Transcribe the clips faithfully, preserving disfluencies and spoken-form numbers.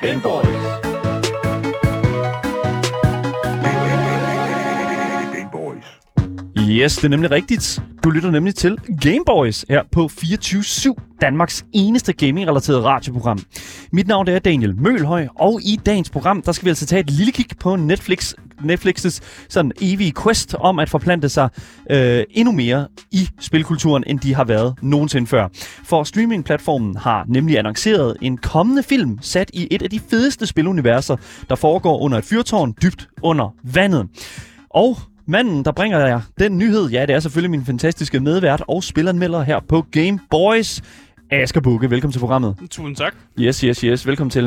Game Boys. Game Boys. Yes, det er nemlig rigtigt. Du lytter nemlig til Game Boys her på fireogtyve syv, Danmarks eneste gaming-relateret radioprogram. Mit navn er Daniel Mølhøj, og i dagens program, der skal vi altså tage et lille kig på Netflix, Netflix's sådan evige quest om at forplante sig øh, endnu mere i spilkulturen, end de har været nogensinde før. For streamingplatformen har nemlig annonceret en kommende film sat i et af de fedeste spiluniverser, der foregår under et fyrtårn dybt under vandet. Og manden, der bringer jer den nyhed, ja, det er selvfølgelig min fantastiske medvært og spilanmelder her på Game Boys, Asger Bukke. Velkommen til programmet. Tusind tak. Yes, yes, yes. Velkommen til.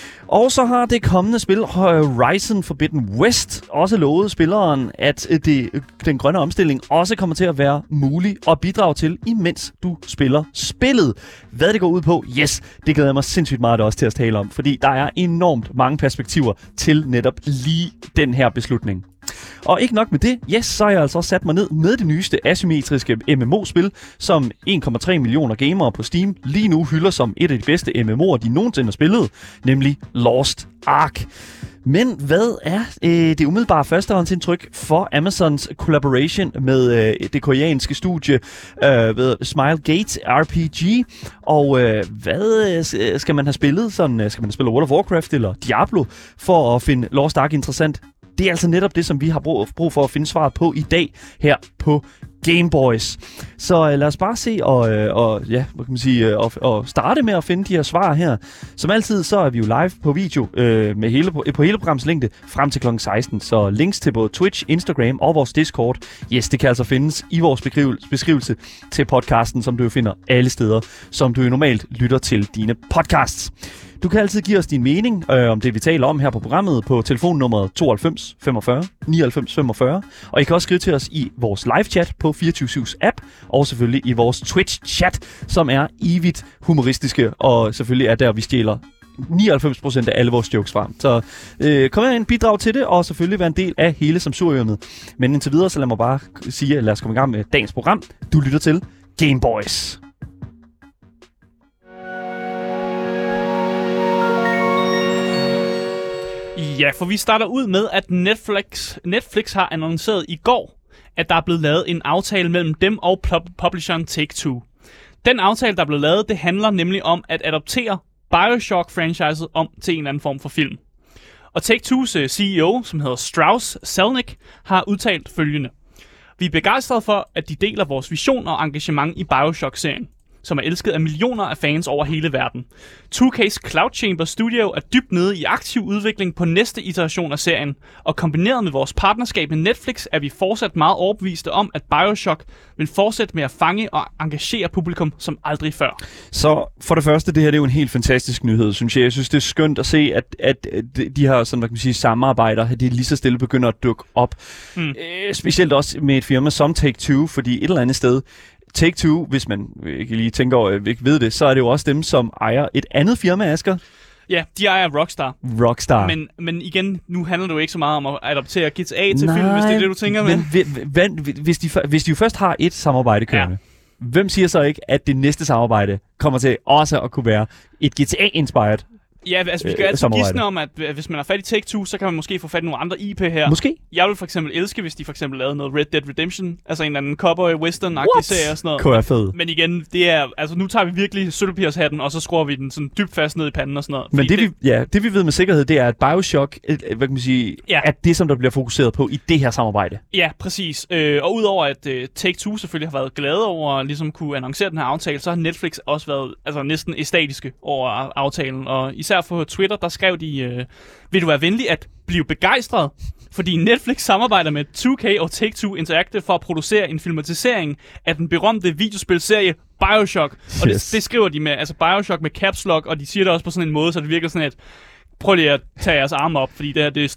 Og så har det kommende spil Horizon Forbidden West også lovet spilleren, at det, den grønne omstilling også kommer til at være mulig at bidrage til, imens du spiller spillet. Hvad det går ud på, yes, det glæder jeg mig sindssygt meget også til at tale om, fordi der er enormt mange perspektiver til netop lige den her beslutning. Og ikke nok med det, yes, så har jeg altså sat mig ned med det nyeste asymmetriske M M O-spil, som en komma tre millioner gamere på Steam lige nu hylder som et af de bedste M M O'er, de nogensinde har spillet, nemlig Lost Ark. Men hvad er øh, det umiddelbare førstehåndsindtryk for Amazons collaboration med øh, det koreanske studie øh, ved Smilegate R P G? Og øh, hvad øh, skal man have spillet? Sådan, skal man spille World of Warcraft eller Diablo for at finde Lost Ark interessant? Det er altså netop det, som vi har brug, brug for at finde svaret på i dag her på Game Boys. Så øh, lad os bare se og, øh, og ja, hvad kan man sige, øh, og, og starte med at finde de her svar her. Som altid, så er vi jo live på video øh, med hele, på hele programmets længde frem til klokken seksten. Så links til både Twitch, Instagram og vores Discord, yes, det kan altså findes i vores beskrivelse til podcasten, som du jo finder alle steder, som du jo normalt lytter til dine podcasts. Du kan altid give os din mening øh, om det, vi taler om her på programmet på telefonnummeret tooghalvfems femogfyrre nioghalvfems femogfyrre. Og I kan også skrive til os i vores live-chat på fireogtyve syvs app, og selvfølgelig i vores Twitch-chat, som er evigt humoristiske, og selvfølgelig er der, vi stjæler nioghalvfems procent af alle vores jokes fra. Så øh, kom her ind, bidrag til det, og selvfølgelig være en del af hele samsuriumet. Men indtil videre, så lad mig bare sige, at lad os komme i gang med dagens program. Du lytter til Game Boys. Ja, for vi starter ud med, at Netflix, Netflix har annonceret i går, at der er blevet lavet en aftale mellem dem og pub- publisheren Take-Two. Den aftale, der er blevet lavet, det handler nemlig om at adoptere BioShock-franchiset om til en eller anden form for film. Og Take-Two's C E O, som hedder Strauss Zelnick, har udtalt følgende: Vi er begejstrede for, at de deler vores vision og engagement i BioShock-serien, som er elsket af millioner af fans over hele verden. to K's Cloud Chamber Studio er dybt nede i aktiv udvikling på næste iteration af serien, og kombineret med vores partnerskab med Netflix er vi fortsat meget overbeviste om, at BioShock vil fortsætte med at fange og engagere publikum som aldrig før. Så for det første, det her det er jo en helt fantastisk nyhed, synes jeg. Jeg synes, det er skønt at se, at, at de her sådan, hvad kan man sige, samarbejder, de lige så stille begynder at dukke op. Mm. Øh, specielt også med et firma som Take-Two, fordi et eller andet sted, Take-Two, hvis man ikke lige tænker over, ikke ved det, så er det jo også dem, som ejer et andet firma, Asger. Ja, de ejer Rockstar. Rockstar. Men, men igen, nu handler det jo ikke så meget om at adoptere G T A til film, hvis det er det, du tænker med. Men hvis de, hvis de jo først har et samarbejde kørende, ja. Hvem siger så ikke, at det næste samarbejde kommer til også at kunne være et G T A-inspired? Ja, altså vi kan altid gisne om, at hvis man har fat i Take-Two, så kan man måske få fat i nogle andre I P her. Måske. Jeg vil for eksempel elske, hvis de for eksempel lavede noget Red Dead Redemption, altså en eller anden cowboy-western-agtig serie og sådan noget. Kunne være fed. Men igen, det er, altså nu tager vi virkelig sølvpapirshatten, og så skruer vi den sådan dybt fast ned i panden og sådan noget. Men det, det, vi, ja, det vi ved med sikkerhed, det er, at BioShock, hvad kan man sige, ja. er det, som der bliver fokuseret på i det her samarbejde. Ja, præcis. Øh, og udover at uh, Take-Two selvfølgelig har været glade over at ligesom kunne annoncere den her aftale, så har Netflix også været altså næsten æstatiske over aftalen. Og især på Twitter, der skrev de, øh, vil du være venlig at blive begejstret, fordi Netflix samarbejder med to K og Take-Two Interactive for at producere en filmatisering af den berømte videospilserie BioShock. Yes. Og det, det skriver de med, altså BioShock med caps lock, og de siger det også på sådan en måde, så det virker sådan et, prøv lige at tage jeres arme op, fordi det her, det er stort.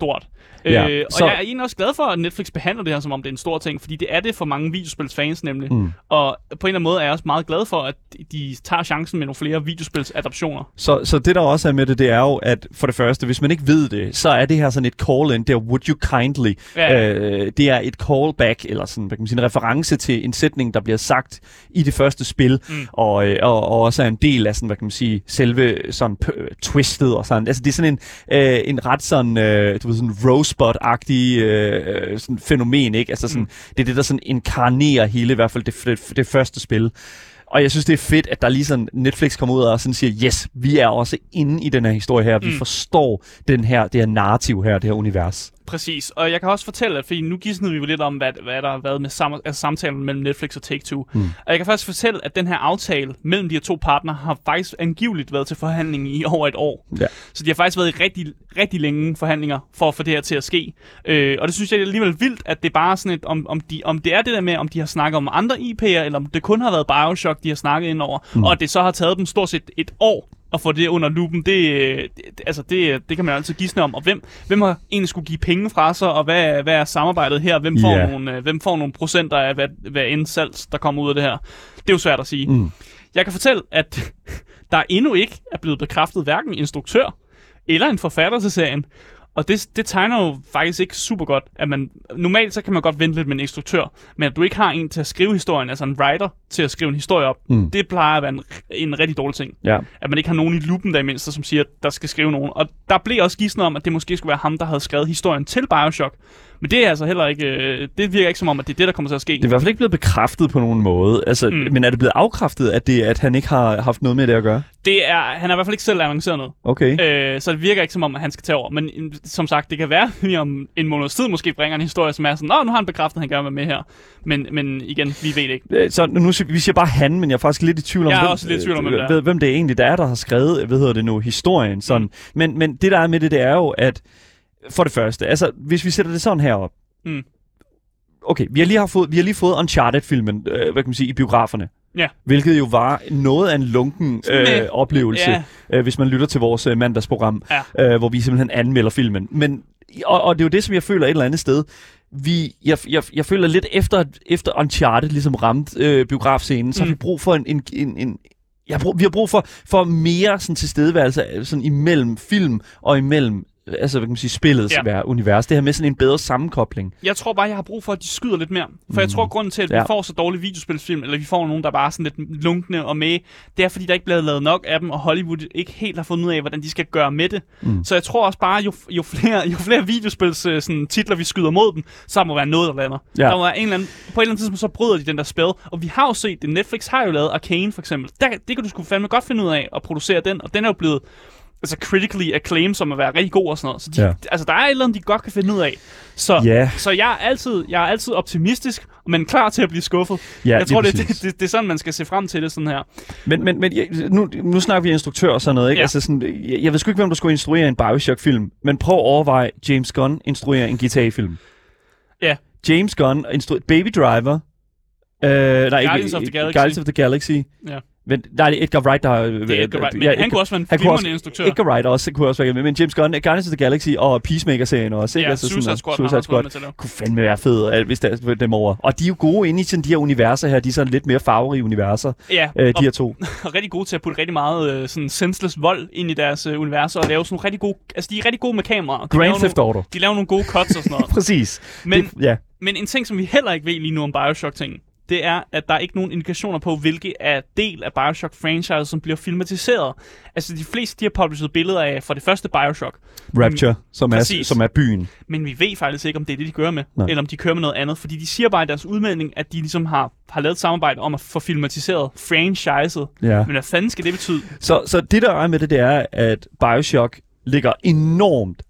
Ja, øh, og så... jeg er egentlig også glad for, at Netflix behandler det her, som om det er en stor ting, fordi det er det for mange videospilsfans nemlig. Mm. Og på en eller anden måde er jeg også meget glad for, at de tager chancen med nogle flere videospilsadaptioner. Så, så det der også er med det, det er jo, at for det første, hvis man ikke ved det, så er det her sådan et call-in, det er would you kindly. Ja. Øh, det er et callback, eller sådan, hvad kan man sige, en reference til en sætning, der bliver sagt i det første spil, mm. og, og, og også er en del af sådan, hvad kan man sige, selve sådan p- twistet og sådan. Altså det er sådan en, øh, en ret sådan, øh, du ved, sådan Rosebud-agtig øh, sådan fænomen, ikke? Altså sådan, mm. det er det, der sådan inkarnerer hele, i hvert fald det, det, det første spil. Og jeg synes, det er fedt, at der lige sådan Netflix kommer ud og sådan siger, yes, vi er også inde i den her historie her. Vi mm. forstår den her, det her narrativ her, det her univers. Præcis, og jeg kan også fortælle, at fordi nu gidsnede vi jo lidt om, hvad, hvad der har været med sam- altså samtalen mellem Netflix og Take-Two. Mm. Og jeg kan faktisk fortælle, at den her aftale mellem de her to partnere har faktisk angiveligt været til forhandling i over et år. Ja. Så de har faktisk været i rigtig, rigtig længe forhandlinger for at få det her til at ske. Øh, og det synes jeg er alligevel vildt, at det er bare sådan et, om, om, de, om det er det der med, om de har snakket om andre I P'er, eller om det kun har været Bioshock, de har snakket ind over, mm. og at det så har taget dem stort set et år og få det under lupen, det, det, altså det, det kan man altid gisne om. Og hvem, hvem har egentlig skulle give penge fra sig, og hvad, hvad er samarbejdet her? Hvem får, yeah. nogle, hvem får nogle procenter af, hvad, hvad indsats, der kommer ud af det her? Det er jo svært at sige. Mm. Jeg kan fortælle, at der endnu ikke er blevet bekræftet hverken instruktør eller en forfatter til serien. Og det, det tegner jo faktisk ikke super godt, at man, normalt så kan man godt vente lidt med en instruktør, men at du ikke har en til at skrive historien, altså en writer til at skrive en historie op, mm. det plejer at være en, en rigtig dårlig ting. Ja. At man ikke har nogen i loopen der i mindste, som siger, at der skal skrive nogen. Og der blev også gidsnet om, at det måske skulle være ham, der havde skrevet historien til Bioshock. Men det er altså heller ikke, det virker ikke som om, at det er det, der kommer til at ske. Det er i hvert fald ikke blevet bekræftet på nogen måde. Altså, mm. Men er det blevet afkræftet, at, det, at han ikke har haft noget med det at gøre? Det er, han har i hvert fald ikke selv annonceret noget. Okay. Øh, så det virker ikke som om, at han skal tage over. Men som sagt, det kan være, at om en måneds tid måske bringer en historie, som er sådan, nå, nu har han bekræftet, at han gerne vil være med her. Men, men igen, vi ved ikke. Så nu vi siger bare han, men jeg er faktisk lidt i tvivl om, jeg er hvem, også lidt i tvivl om, hvem, hvem, hvem det er egentlig, der er, der har skrevet, hvad hedder det nu, historien. Sådan. Mm. Men, men det, der er med det, det er jo, at for det første, altså, hvis vi sætter det sådan her op, mm. okay, vi har lige, har fået, vi har lige fået Uncharted-filmen, øh, hvad kan man sige, i biograferne. Ja. Hvilket jo var noget af en lunken øh, oplevelse, ja. øh, hvis man lytter til vores øh, mandagsprogram, ja. øh, hvor vi simpelthen anmelder filmen. Men, og, og det er jo det, som jeg føler et eller andet sted. Vi, jeg, jeg, jeg føler lidt efter, efter Uncharted ligesom ramte øh, biografscenen, så mm. har vi brug for en... en, en, en jeg har brug, vi har brug for, for mere sådan, tilstedeværelse sådan, imellem film og imellem altså, hvad kan man sige, spillets ja. univers. Det her med sådan en bedre sammenkobling. Jeg tror bare, jeg har brug for, at de skyder lidt mere. For mm. jeg tror, grunden til, at vi ja. får så dårlige videospilsfilm, eller vi får nogen, der bare er sådan lidt lunkne og med, det er, fordi der ikke bliver lavet nok af dem, og Hollywood ikke helt har fundet ud af, hvordan de skal gøre med det. Mm. Så jeg tror også bare, jo, jo flere, jo flere videospils sådan, titler, vi skyder mod dem, så må være noget eller andet. Ja. Der må være en eller anden, på et eller andet tidspunkt, så bryder de den der spil. Og vi har jo set det. Netflix har jo lavet Arcane, for eksempel. Der, det kan du sgu fandme godt finde ud af at producere den, og den er jo blevet altså critically acclaimed, som at være rigtig god og sådan noget. Så de, ja. altså, der er et eller andet, de godt kan finde ud af. Så, yeah. så jeg, er altid, jeg er altid optimistisk, men klar til at blive skuffet. Ja, jeg tror, det, det, det, det er sådan, man skal se frem til det sådan her. Men, men, men nu, nu snakker vi instruktør og sådan noget, ikke? Ja. Altså sådan, jeg, jeg ved sgu ikke, hvem der skulle instruere en Bioshock-film, men prøv at overveje, James Gunn instruerer en G T A-film. Ja. James Gunn instruerer Baby Driver. Øh, nej, Guardians ikke, of the Galaxy. Guardians of the Galaxy. Ja. Men nej, det er Edgar Wright, der har... Det er Edgar Wright, men ja, han kunne også være en filmerne instruktør. Edgar Wright også, kunne også være med, men James Gunn, Guardians of the Galaxy og Peacemaker-serien også, ikke? Ja, altså, Suicide Squad, Suicide Squad kunne fandme være fed, hvis der er dem over. Og de er jo gode inde i sådan de her universer her, de er sådan lidt mere farverige universer, ja, øh, de og, her to. Og rigtig gode til at putte rigtig meget sådan senseless vold ind i deres uh, universer, og lave sådan nogle rigtig gode... Altså, de er rigtig gode med kameraer. Grand Theft Auto. De laver nogle gode cuts og sådan noget. Præcis. Men, det, ja. men en ting, som vi heller ikke ved lige nu om Bioshock-tingen, det er, at der er ikke nogen indikationer på, hvilke er del af Bioshock-franchise, som bliver filmatiseret. Altså, de fleste, de har publiceret billeder af fra det første Bioshock. Rapture, som er, som er byen. Men vi ved faktisk ikke, om det er det, de kører med, Nej. eller om de kører med noget andet. Fordi de siger bare i deres udmelding, at de ligesom har, har lavet et samarbejde om at få filmatiseret franchiset. Ja. Men hvad fanden skal det betyde? Så, så det, der er med det, det er, at Bioshock ligger enormt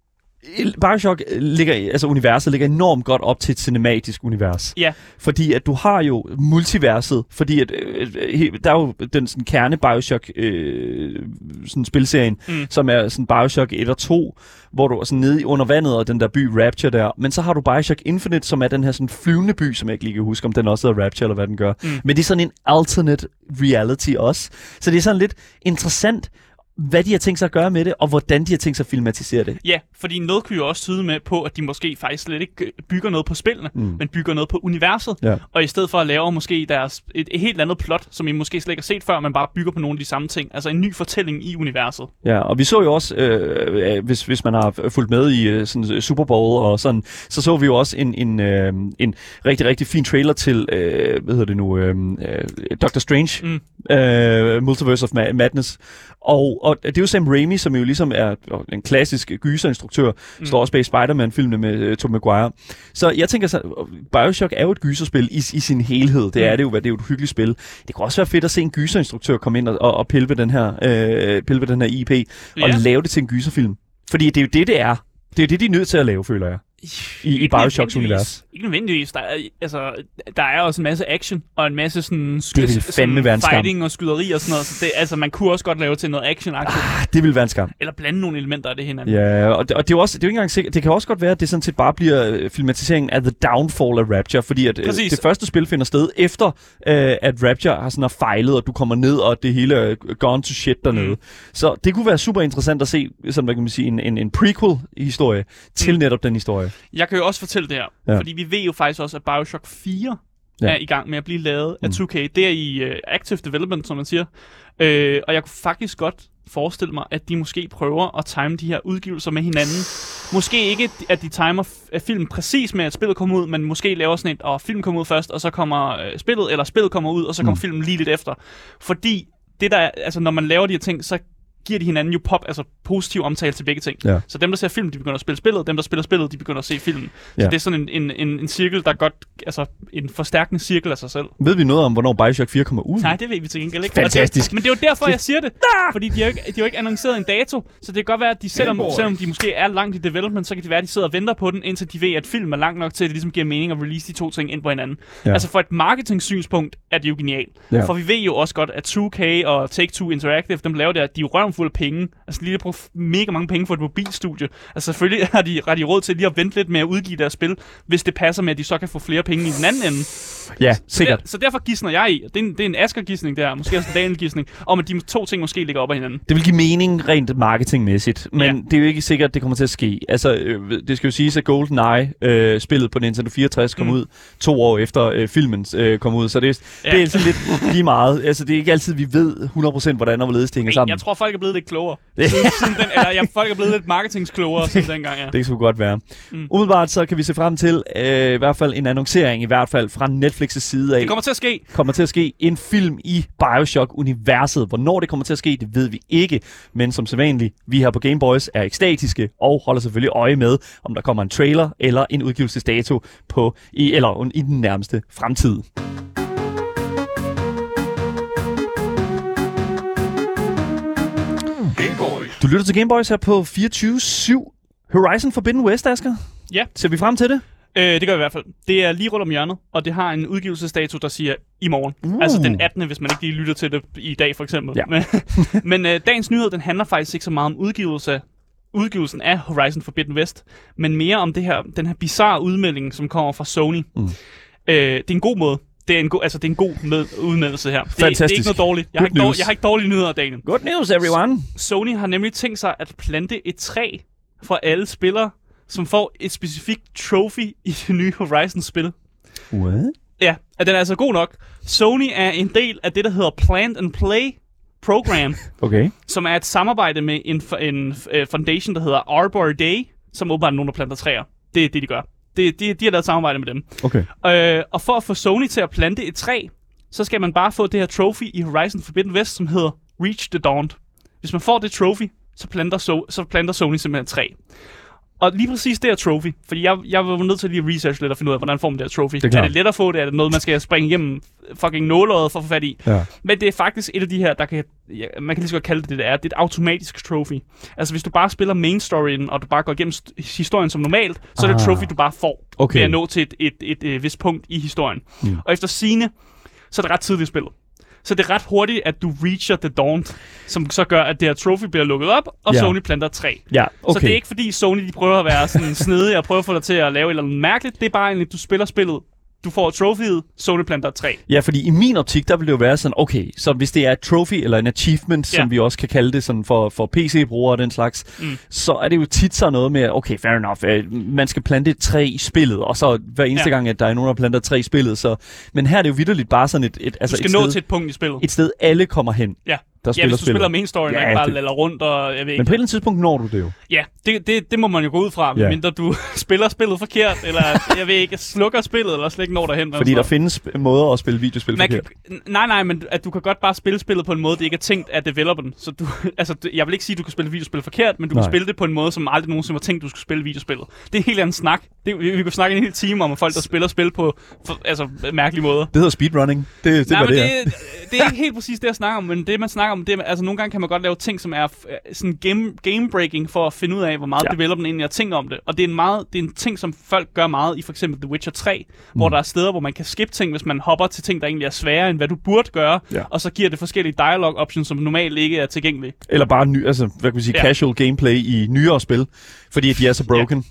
Bioshock ligger, altså universet ligger enormt godt op til et cinematisk univers. Ja. Fordi at du har jo multiverset, fordi at øh, der er jo den sådan kerne Bioshock øh, sådan spilserien, mm. som er sådan Bioshock et og to, hvor du er sådan nede under vandet og den der by Rapture der. Men så har du Bioshock Infinite, som er den her sådan flyvende by, som jeg ikke lige kan huske, om den også hedder Rapture eller hvad den gør. Mm. Men det er sådan en alternate reality også. Så det er sådan lidt interessant. hvad de har tænkt sig at gøre med det, og hvordan de har tænkt sig at filmatisere det. Ja, fordi noget kunne jo også tyde med på, at de måske faktisk slet ikke bygger noget på spillene, mm. men bygger noget på universet. Ja. Og i stedet for at lave måske deres, et, et helt andet plot, som I måske slet ikke har set før, men bare bygger på nogle af de samme ting. Altså en ny fortælling i universet. Ja, og vi så jo også, øh, hvis, hvis man har fulgt med i sådan Super Bowl og sådan, så så vi jo også en, en, øh, en rigtig, rigtig fin trailer til, øh, hvad hedder det nu, øh, Doctor Strange, mm. øh, Multiverse of Madness. Og, og det er jo Sam Raimi, som jo ligesom er en klassisk gyserinstruktør, mm. står også bag Spider-Man-filmene med uh, Tobey Maguire. Så jeg tænker så, BioShock er jo et gyserspil i, i sin helhed. Det er mm. det jo, det er jo et hyggeligt spil. Det kunne også være fedt at se en gyserinstruktør komme ind og, og, og pille ved den her, øh, pille ved den her I P, og yeah. lave det til en gyserfilm. Fordi det er jo det, det er. Det er det, de er nødt til at lave, føler jeg. I, i BioShocks univers. Ikke nødvendigvis. Der er, altså, der er også en masse action, og en masse sådan, sk- sådan fighting og skyderi og sådan noget. Så det, altså, man kunne også godt lave til noget action-aktivt. Ah, det ville være en skam. Eller blande nogle elementer af det hinanden. Ja, og det, og det er jo også, det er jo ikke engang sikkert. Det kan også godt være, at det sådan set bare bliver filmatiseringen af The Downfall af Rapture, fordi at Præcis. det første spil finder sted efter, uh, at Rapture har sådan fejlet, og du kommer ned, og det hele er gone to shit dernede. Mm. Så det kunne være super interessant at se, sådan, hvad kan man sige, en, en, en prequel-historie til mm. netop den historie. Jeg kan jo også fortælle det her, ja. fordi vi ved jo faktisk også, at BioShock fire ja. er i gang med at blive lavet af to K. Mm. Det er i uh, active development, som man siger. Uh, og jeg kunne faktisk godt forestille mig, at de måske prøver at time de her udgivelser med hinanden. Måske ikke, at de timer f- filmen præcis med, at spillet kommer ud, men måske laver sådan et, og filmen kommer ud først, og så kommer uh, spillet, eller spillet kommer ud, og så kommer mm. filmen lige lidt efter. Fordi det der, altså når man laver de her ting, så giver de hinanden jo pop, altså positiv omtale til begge ting. Ja. Så dem, der ser film, de begynder at spille spillet, dem, der spiller spillet, de begynder at se filmen. Ja. Så det er sådan en, en, en, en cirkel, der godt, altså en forstærkende cirkel af sig selv. Ved vi noget om, hvornår BioShock fire kommer ud? Nej, det ved vi til gengæld ikke. Fantastisk. Det, men det er jo derfor, jeg siger det. Ah! Fordi de har, jo ikke, de har jo ikke annonceret en dato, så det kan godt være, at de selvom, selvom de måske er langt i development, så kan det være, at de sidder og venter på den, indtil de ved, at film er langt nok til, at det ligesom giver mening at release de to ting ind på hinanden. Ja. Altså for et marketing-synspunkt er det jo genialt. Ja. For vi ved jo også godt, at to K og Take-Two Interactive, dem laver det, at de er røvfulde penge. Altså lige at bruge mega mange penge for et mobilstudie. Altså selvfølgelig har de ret i råd til lige at vente lidt med at udgive deres spil, hvis det passer med, at de så kan få flere penge i den anden ende. Ja, så sikkert. Der, så derfor gisner jeg i. Det er en, det er en Asger-gisning der, måske også en Daniel-gisning, om at de to ting måske ligger op ad hinanden. Det vil give mening rent marketingmæssigt, men ja. det er jo ikke sikkert, at det kommer til at ske. Altså, øh, det skal jo siges, at GoldenEye, øh, spillet på Nintendo fireogtres, kom mm. ud to år efter øh, filmen øh, kom ud, så det, ja. det er altid lidt lige meget. Altså, det er ikke altid, vi ved hundrede procent, hvordan og hvorledes det hænger sammen. Jeg tror, folk er blevet lidt klogere. siden, siden den, eller ja, folk er blevet lidt marketingsklogere siden dengang, ja. Det skulle godt være. Mm. Umiddelbart så kan vi se frem til øh, i hvert fald en annoncering, i hvert fald fra Netflix' side af. Det kommer til at ske. Kommer til at ske en film i BioShock-universet. Hvornår det kommer til at ske, det ved vi ikke. Men som sædvanligt, vi her på Game Boys er ekstatiske og holder selvfølgelig øje med, om der kommer en trailer eller en udgivelsesdato på i, eller i den nærmeste fremtid. Du lytter til Game Boys her på fireogtyve syv. Horizon Forbidden West, Asger? Ja. Ser vi frem til det? Øh, det gør vi i hvert fald. Det er lige rundt om hjørnet, og det har en udgivelsesdato, der siger i morgen. Uh. Altså den attende, hvis man ikke lige lytter til det i dag, for eksempel. Ja. Men, men øh, dagens nyhed, den handler faktisk ikke så meget om udgivelse, udgivelsen af Horizon Forbidden West, men mere om det her, den her bizarre udmelding, som kommer fra Sony. Mm. Øh, det er en god måde. Det er en god, altså det er en god med, udmeldelse her. Det, det er ikke noget dårligt. Jeg har ikke, dårlig, jeg har ikke dårlige nyheder, Daniel. Good news, everyone. Sony har nemlig tænkt sig at plante et træ for alle spillere, som får et specifikt trophy i det nye Horizon-spil. What? Ja, og den er altså god nok. Sony er en del af det, der hedder Plant and Play Program, okay. som er et samarbejde med en, en uh, foundation, der hedder Arbor Day, som åbenbart er nogen, der planter træer. Det er det, de gør. Det, de, de har lavet samarbejde med dem. Okay. Øh, og for at få Sony til at plante et træ, så skal man bare få det her trophy i Horizon Forbidden West, som hedder Reach the Dawn. Hvis man får det trophy, så planter, so- så planter Sony simpelthen et træ. Og lige præcis det her trophy, fordi jeg, jeg var nødt til lige at research lidt og finde ud af, hvordan får man det her trophy. Det er, er det let at få det? Er det noget, man skal springe igennem fucking nåløjet for at få fat i? Ja. Men det er faktisk et af de her, der kan, ja, man kan lige så godt kalde det det, det er. Det er et automatisk trophy. Altså hvis du bare spiller main storyen, og du bare går igennem historien som normalt, så ah. er det et trophy, du bare får okay. ved at nå til et, et, et, et, et vist punkt i historien. Mm. Og efter sigende, så er det ret tidligt i spillet. Så det er ret hurtigt, at du reacher the dawn, som så gør, at det her trophy bliver lukket op, og ja. Sony planter træ. Ja, okay. Så det er ikke fordi Sony de prøver at være sådan snedige og prøver at få dig til at lave et eller andet mærkeligt. Det er bare egentlig, at du spiller spillet du får trophyet, Sony planter et træ. Ja, fordi i min optik, der vil det jo være sådan, okay, så hvis det er et trophy eller en achievement, ja. som vi også kan kalde det sådan for, for P C-brugere og den slags, mm. så er det jo tit sådan noget med, okay, fair enough, man skal plante et træ i spillet, og så hver eneste ja. gang, at der er nogen, der planter et træ i spillet, så... Men her er det jo vitterligt bare sådan et... et altså du skal et nå sted, til et punkt i spillet. Et sted, alle kommer hen. Ja. Der ja, hvis du spillet. spiller main story, ja, ikke bare det... laller rundt, og jeg ved ikke... Men på et eller andet tidspunkt når du det jo. Ja, det, det, det må man jo gå ud fra, ja. medmindre du spiller spillet forkert, eller jeg ved ikke, slukker spillet, eller slet ikke når derhen. Fordi der findes måder at spille videospil man forkert. Kan, nej, nej, men at du kan godt bare spille spillet på en måde, det ikke er tænkt af developeren. Så du, altså, jeg vil ikke sige, at du kan spille videospil forkert, men du nej. kan spille det på en måde, som aldrig nogensinde var tænkt, du skulle spille videospillet. Det er en helt anden snak. Det, vi, vi kunne snakke en hel time om, at folk, der spiller spil på for, altså, mærkelige måder. Det hedder speedrunning. Det, det, nej, det, det, er. det, det er ikke helt præcis det, jeg snakker om, men det, man snakker om, det er, altså nogle gange kan man godt lave ting, som er sådan game, game-breaking for at finde ud af, hvor meget ja. developeren egentlig har tænkt om det. Og det er, en meget, det er en ting, som folk gør meget i for eksempel The Witcher tre, mm. hvor der er steder, hvor man kan skippe ting, hvis man hopper til ting, der egentlig er sværere, end hvad du burde gøre, ja. og så giver det forskellige dialog options, som normalt ikke er tilgængelige. Eller bare ny, altså, hvad kan vi sige, ja. casual gameplay i nyere spil, fordi de er så broken.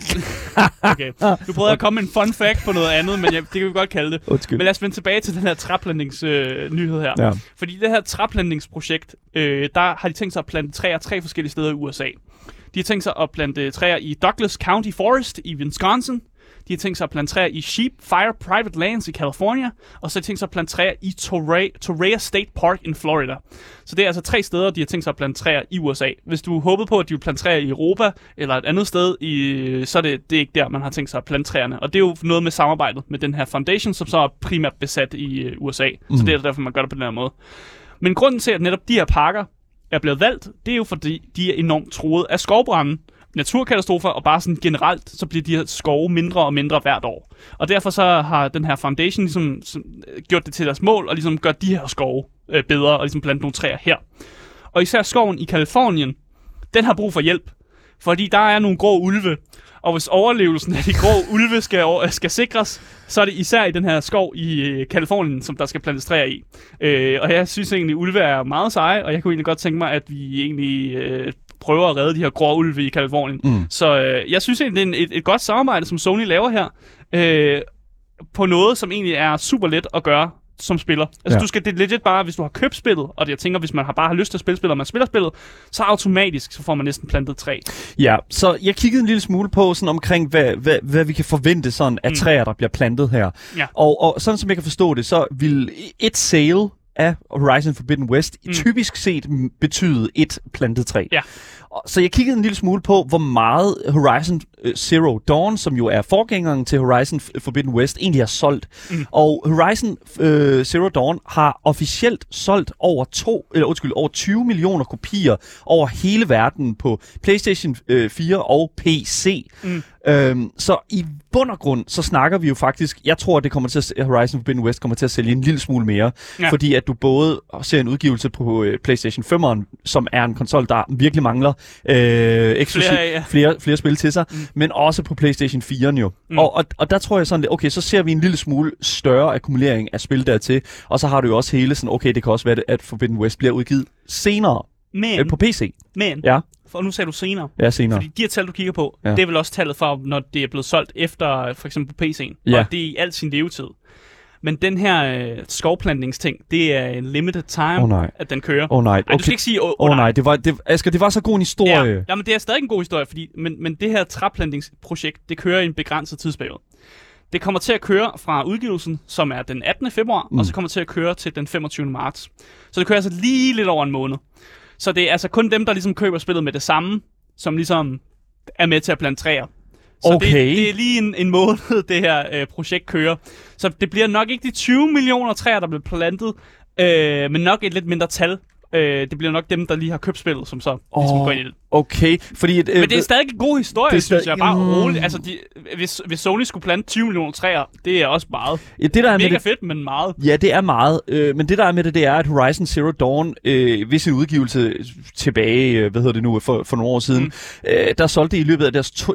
Ja. Okay. Du prøvede at komme med en fun fact på noget andet, men ja, det kan vi godt kalde det. Undskyld. Men lad os vende tilbage til den her træplantningsnyhed øh, her. Ja. Fordi det her træplantningsprojekt, øh, der har de tænkt sig at plante træer tre forskellige steder i U S A. De har tænkt sig at plante træer i Douglas County Forest i Wisconsin. De har tænkt sig at plante træer i Sheep Fire Private Lands i California. Og så har de tænkt sig at plante træer i Torrey, Torrey State Park i Florida. Så det er altså tre steder, de har tænkt sig at plante træer i U S A. Hvis du håbede på, at de ville plante træer i Europa eller et andet sted, i, så er det, det er ikke der, man har tænkt sig at plante træerne. Og det er jo noget med samarbejdet med den her foundation, som så er primært besat i U S A. Mm. Så det er derfor, man gør det på den her måde. Men grunden til, at netop de her parker er blevet valgt, det er jo fordi, de er enormt truet af skovbrande, naturkatastrofer, og bare sådan generelt, så bliver de her skove mindre og mindre hvert år. Og derfor så har den her foundation ligesom, gjort det til deres mål, og ligesom gør de her skove øh, bedre, og ligesom plante nogle træer her. Og især skoven i Californien, den har brug for hjælp, fordi der er nogle grå ulve, og hvis overlevelsen af de grå ulve skal, skal sikres, så er det især i den her skov i Californien, som der skal plantes træer i. Øh, og jeg synes egentlig, at ulve er meget seje, og jeg kunne egentlig godt tænke mig, at vi egentlig øh, prøver at redde de her grå ulve i Californien. Mm. Så øh, jeg synes egentlig, det er et, et godt samarbejde, som Sony laver her, øh, på noget, som egentlig er super let at gøre som spiller. Altså ja. du skal det legit bare, hvis du har købt spillet, og jeg tænker, hvis man har bare har lyst til at spille spillet, og man spiller spillet, så automatisk, så får man næsten plantet træ. Ja, så jeg kiggede en lille smule på sådan omkring, hvad, hvad, hvad vi kan forvente sådan af mm. træer, der bliver plantet her. Ja. Og, og sådan som jeg kan forstå det, så vil et sale af Horizon Forbidden West mm. typisk set betyde et plantet træ. Ja. Så jeg kiggede en lille smule på, hvor meget Horizon Zero Dawn, som jo er forgængeren til Horizon Forbidden West, egentlig har solgt. Mm. Og Horizon uh, Zero Dawn har officielt solgt over to, eller undskyld, over tyve millioner kopier over hele verden på PlayStation uh, fire og P C. Mm. Øhm, så i bund og grund, så snakker vi jo faktisk, jeg tror, at det kommer til at, Horizon Forbidden West kommer til at sælge en lille smule mere, ja. fordi at du både ser en udgivelse på uh, PlayStation femeren, som er en konsol, der virkelig mangler øh, eksklusiv, flere, ja. flere, flere spil til sig, mm. men også på PlayStation fireren jo. Mm. Og, og, og der tror jeg sådan lidt, okay, så ser vi en lille smule større akkumulering af spil dertil, og så har du jo også hele sådan, okay, det kan også være, at Forbidden West bliver udgivet senere men, øh, på P C. Men, ja. for nu sagde du senere. Ja, senere. Fordi de her tal, du kigger på, ja. det er vel også tallet for, når det er blevet solgt efter, for eksempel på P C'en. Ja. Og det er i al sin levetid. Men den her øh, skovplantningsting, det er en limited time, oh, at den kører. Åh oh, nej. Okay. Ej, du skal ikke sige, åh oh, oh, oh, nej. Det var, det, Asger, det var så god en historie. Ja, ja, men det er stadig en god historie, fordi, men, men det her træplantningsprojekt, det kører i en begrænset tidsperiode. Det kommer til at køre fra udgivelsen, som er den attende februar, mm. og så kommer til at køre til den femogtyvende marts. Så det kører altså lige lidt over en måned. Så det er altså kun dem, der ligesom køber spillet med det samme, som ligesom er med til at plante træer. Så okay. det, det er lige en, en måned, det her øh, projekt kører. Så det bliver nok ikke de tyve millioner træer, der bliver plantet, øh, men nok et lidt mindre tal. Øh, det bliver nok dem, der lige har købt spillet, som så oh, ligesom går ind i det. Okay, fordi... Øh, men det er stadig en god historie, det synes jeg. Bare mm. roligt. Altså, de, hvis, hvis Sony skulle plante tyve millioner træer, det er også meget. Ja, det, der er mega med fedt, men meget. Ja, det er meget. Øh, men det, der er med det, det er, at Horizon Zero Dawn, øh, ved sin udgivelse tilbage, hvad hedder det nu, for, for nogle år siden, mm. øh, der solgte det i løbet af deres to, i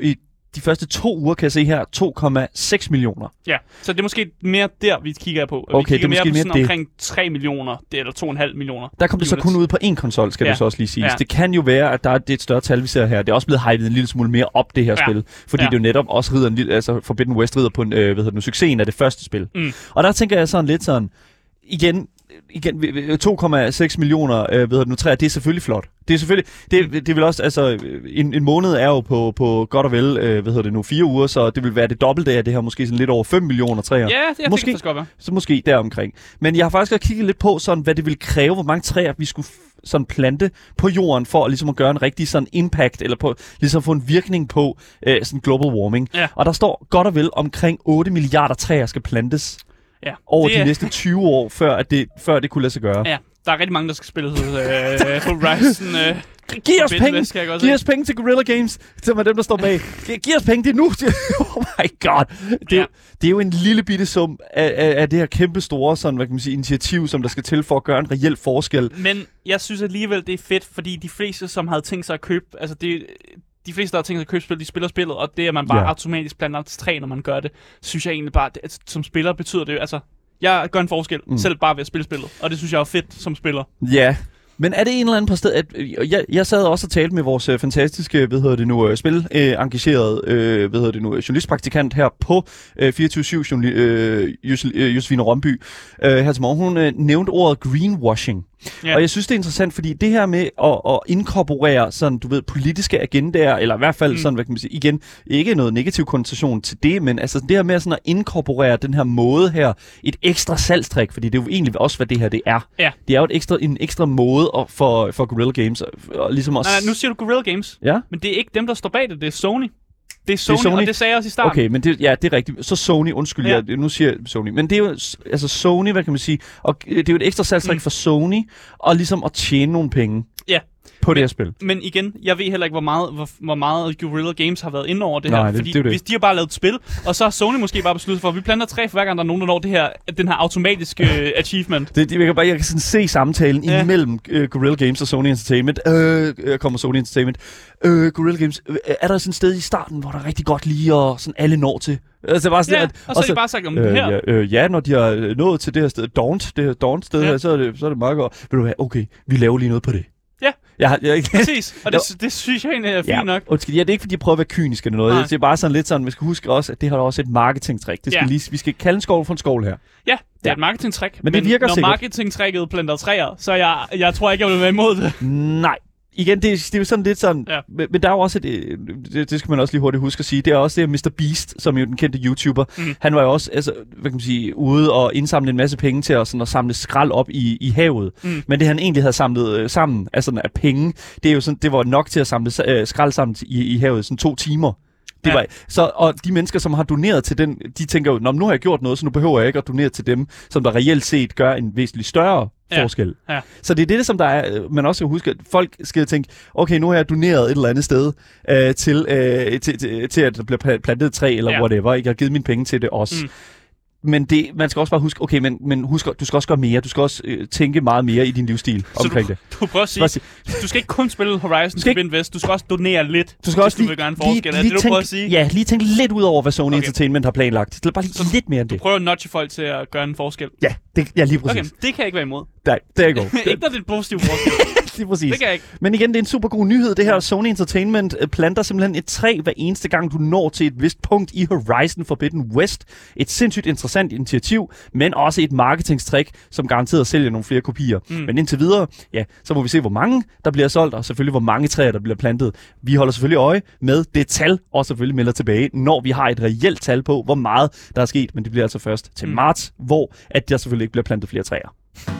de første to uger, kan jeg se her, to komma seks millioner. Ja, så det er måske mere der, vi kigger på. Okay, vi kigger det er mere på mere sådan det. omkring tre millioner, eller to komma fem millioner. Der kom det så kun ud på én konsol, skal ja. det så også lige siges. Ja. Det kan jo være, at der er det et større tal, vi ser her. Det er også blevet hypet en lille smule mere op, det her ja. spil. Fordi ja. det jo netop også rider en lille, altså Forbidden West rider på en, øh, hvad hedder det nu, succesen af det første spil. Mm. Og der tænker jeg sådan lidt sådan, igen, igen to komma seks millioner, øh, ved du nu, træer, det er selvfølgelig flot. Det er selvfølgelig, det, det vil også, altså, en, en måned er jo på, på godt og vel, øh, hvad hedder det nu, fire uger, så det vil være det dobbelte af det her, måske sådan lidt over fem millioner træer. Ja, det måske, det godt være. Så måske deromkring. Men jeg har faktisk også kigget lidt på, sådan, hvad det vil kræve, hvor mange træer vi skulle sådan plante på jorden, for ligesom at gøre en rigtig sådan impact, eller på ligesom få en virkning på øh, sådan global warming. Ja. Og der står godt og vel omkring otte milliarder træer skal plantes. Ja, over det de er... næste tyve år, før, at det, før det kunne lade sig gøre. Ja, der er rigtig mange, der skal spille øh, Horizon. Øh, Giv os penge! Giv os penge til Guerrilla Games, som er dem, der står bag. Giv os penge, det er nu! Oh my god! Det, ja. det er jo en lille bitte sum af, af, af det her kæmpe store sådan, hvad kan man sige, initiativ, som der skal til for at gøre en reel forskel. Men jeg synes alligevel, det er fedt, fordi de fleste, som havde tænkt sig at købe... Altså det, de fleste, der har tænkt sig at købe spil, de spiller spillet, og det, at man bare ja. automatisk planter til træ, når man gør det, synes jeg egentlig bare, det, som spiller betyder det jo... Altså, jeg gør en forskel, mm. selv bare ved at spille spillet. Og det synes jeg er fedt som spiller. Ja, men er det en eller anden på sted, at jeg, jeg sad også og talte med vores øh, fantastiske, hvad hedder det nu, spil øh, engageret, øh, hvad hedder det nu, journalistpraktikant her på øh, fireogtyve syv, øh, Josefine Romby, øh, her til morgen. Hun øh, nævnte ordet greenwashing. Yeah. Og jeg synes, det er interessant, fordi det her med at, at inkorporere sådan, du ved, politiske agendaer, eller i hvert fald mm. sådan, hvad kan man sige, igen, ikke noget negativ konnotation til det, men altså det her med sådan at inkorporere den her måde her, et ekstra salgstrik, fordi det er jo egentlig også, hvad det her det er. Yeah. Det er jo et ekstra, en ekstra måde at, for, for Guerrilla Games, og, og ligesom også... Nej, nu siger du Guerrilla Games, ja? Men det er ikke dem, der står bag det, det er Sony. Det er Sony, det er Sony, og det sagde jeg også i starten. Okay, men det, ja, det er rigtigt. Så Sony, undskyld, ja. jeg, nu siger jeg Sony. Men det er jo, altså Sony, hvad kan man sige, og det er jo et ekstra salgstrik mm. for Sony, og ligesom at tjene nogle penge. Ja. På det her spil. Men igen, jeg ved heller ikke, hvor meget, hvor, hvor meget Guerrilla Games har været inde over det Nej, her. Det, fordi det det. hvis de har bare lavet et spil, og så har Sony måske bare besluttet for, at vi planter tre for hver gang, der er nogen, der når det her, den her automatiske uh, achievement. Det, jeg kan bare jeg kan sådan se samtalen ja. imellem uh, Guerrilla Games og Sony Entertainment. Øh, kommer Sony Entertainment. Øh, Guerrilla Games. Øh, er der sådan et sted i starten, hvor der er rigtig godt lige og sådan alle når til? Altså bare sådan, ja, at, og så har de bare sagt om øh, det her. Ja, øh, ja, når de har nået til det her sted, Daunt, det her Daunt-sted ja. her, så er, det, så er det meget godt. Ved du hvad, okay, vi laver lige noget på det. Ja, jeg, jeg, jeg, præcis. Og det, det synes jeg egentlig er fint ja, nok. Undskyld, ja, det er ikke fordi, jeg prøver at være kynisk eller noget. Nej. Det er bare sådan lidt sådan, vi skal huske også, at det har også et marketingtræk. Det skal ja. lige, vi skal kalde en skål for en skål her. Ja, det er ja. et marketingtræk. Men, men det virker når sikkert. marketingtrækket planter træer, så jeg, jeg tror ikke, jeg vil være imod det. Nej. Igen, det, det er jo sådan lidt sådan, ja. men, men der er jo også et, det, det skal man også lige hurtigt huske at sige, det er også det, mister Beast, som jo den kendte YouTuber, mm. han var jo også, altså, hvad kan man sige, ude og indsamle en masse penge til at, sådan, at samle skrald op i, i havet. Mm. Men det han egentlig havde samlet øh, sammen, altså af penge, det er jo sådan, det var nok til at samle øh, skrald sammen i, i havet, sådan to timer. Det ja. var, så, og de mennesker, som har doneret til den, de tænker jo, Nå, nu har jeg gjort noget, så nu behøver jeg ikke at donere til dem, som der reelt set gør en væsentlig større ja. forskel. Ja. Så det er det, som der er, man også skal huske, at folk skal tænke, okay, nu har jeg doneret et eller andet sted øh, til, øh, til, til, til, at der bliver plantet et træ, eller ja. whatever, ikke? Jeg har givet mine penge til det også. Mm. Men det, man skal også bare huske, okay, men, men husk, du skal også gøre mere. Du skal også øh, tænke meget mere i din livsstil så omkring du, det. Du prøver at sige, sige, du skal ikke kun spille Horizon Forbidden West, du skal også donere lidt, du skal også hvis du vil gøre en forskel. Er det, du tænk, prøver at sige? Ja, lige tænke lidt ud over, hvad Sony okay. Entertainment har planlagt. Det bare lige så lidt mere end du det. Du prøver at nudge folk til at gøre en forskel? Ja, det, ja lige præcis. Okay, det kan jeg ikke være imod. Nej, det er ikke ikke når det er en positiv forskel. Lige præcis. Det kan jeg ikke. Men igen, det er en super god nyhed. Det her Sony Entertainment planter simpelthen et træ hver eneste gang, du når til et vist punkt i Horizon Forbidden West. Et sindssygt interessant initiativ, men også et marketingstrik, som garanteret sælger nogle flere kopier. Mm. Men indtil videre, ja, så må vi se, hvor mange der bliver solgt, og selvfølgelig, hvor mange træer, der bliver plantet. Vi holder selvfølgelig øje med det tal, og selvfølgelig melder tilbage, når vi har et reelt tal på, hvor meget der er sket. Men det bliver altså først til mm. marts, hvor at der selvfølgelig ikke bliver plantet flere træer.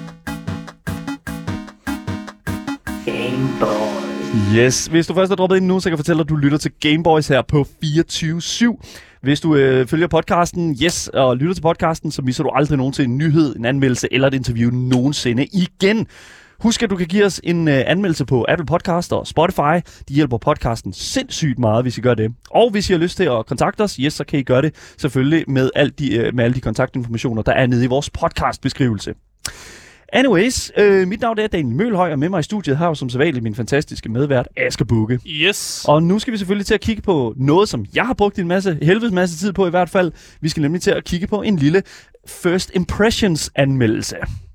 Gameboys. Yes, hvis du først er droppet ind nu, så kan jeg fortælle dig, at du lytter til Gameboys her på fireogtyve syv. Hvis du øh, følger podcasten, yes, og lytter til podcasten, så misser du aldrig nogensinde en nyhed, en anmeldelse eller et interview nogensinde igen. Husk, at du kan give os en øh, anmeldelse på Apple Podcast og Spotify. De hjælper podcasten sindssygt meget, hvis I gør det. Og hvis I har lyst til at kontakte os, yes, så kan I gøre det selvfølgelig med, alt de, øh, med alle de kontaktinformationer, der er nede i vores podcastbeskrivelse. Anyways, øh, mit navn er Daniel Mølhøj, og med mig i studiet har jeg som sædvanligt min fantastiske medvært, Asger Bukke. Yes. Og nu skal vi selvfølgelig til at kigge på noget, som jeg har brugt en masse, helvedes masse tid på i hvert fald. Vi skal nemlig til at kigge på en lille First Impressions anmeldelse.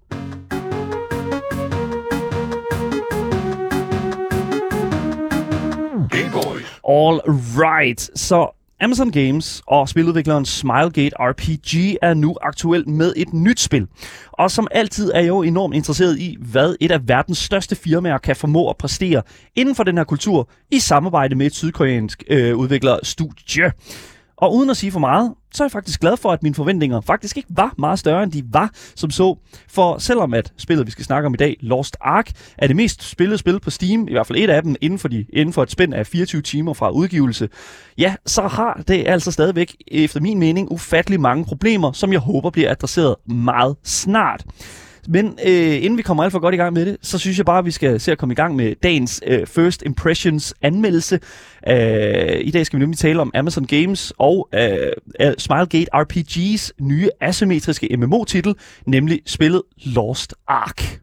All right, så Amazon Games og spiludvikleren Smilegate R P G er nu aktuelt med et nyt spil. Og som altid er jeg jo enormt interesseret i, hvad et af verdens største firmaer kan formå at præstere inden for den her kultur i samarbejde med et sydkoreansk øh, udviklerstudie. Og uden at sige for meget, så er jeg faktisk glad for, at mine forventninger faktisk ikke var meget større, end de var som så. For selvom at spillet, vi skal snakke om i dag, Lost Ark, er det mest spillede spil på Steam, i hvert fald et af dem, inden for, de, inden for et spænd af fireogtyve timer fra udgivelse, ja, så har det altså stadigvæk, efter min mening, ufattelig mange problemer, som jeg håber bliver adresseret meget snart. Men øh, inden vi kommer alt for godt i gang med det, så synes jeg bare, at vi skal se at komme i gang med dagens øh, First Impressions anmeldelse. Øh, I dag skal vi nemlig tale om Amazon Games og øh, Smilegate R P G's nye asymmetriske M M O-titel, nemlig spillet Lost Ark.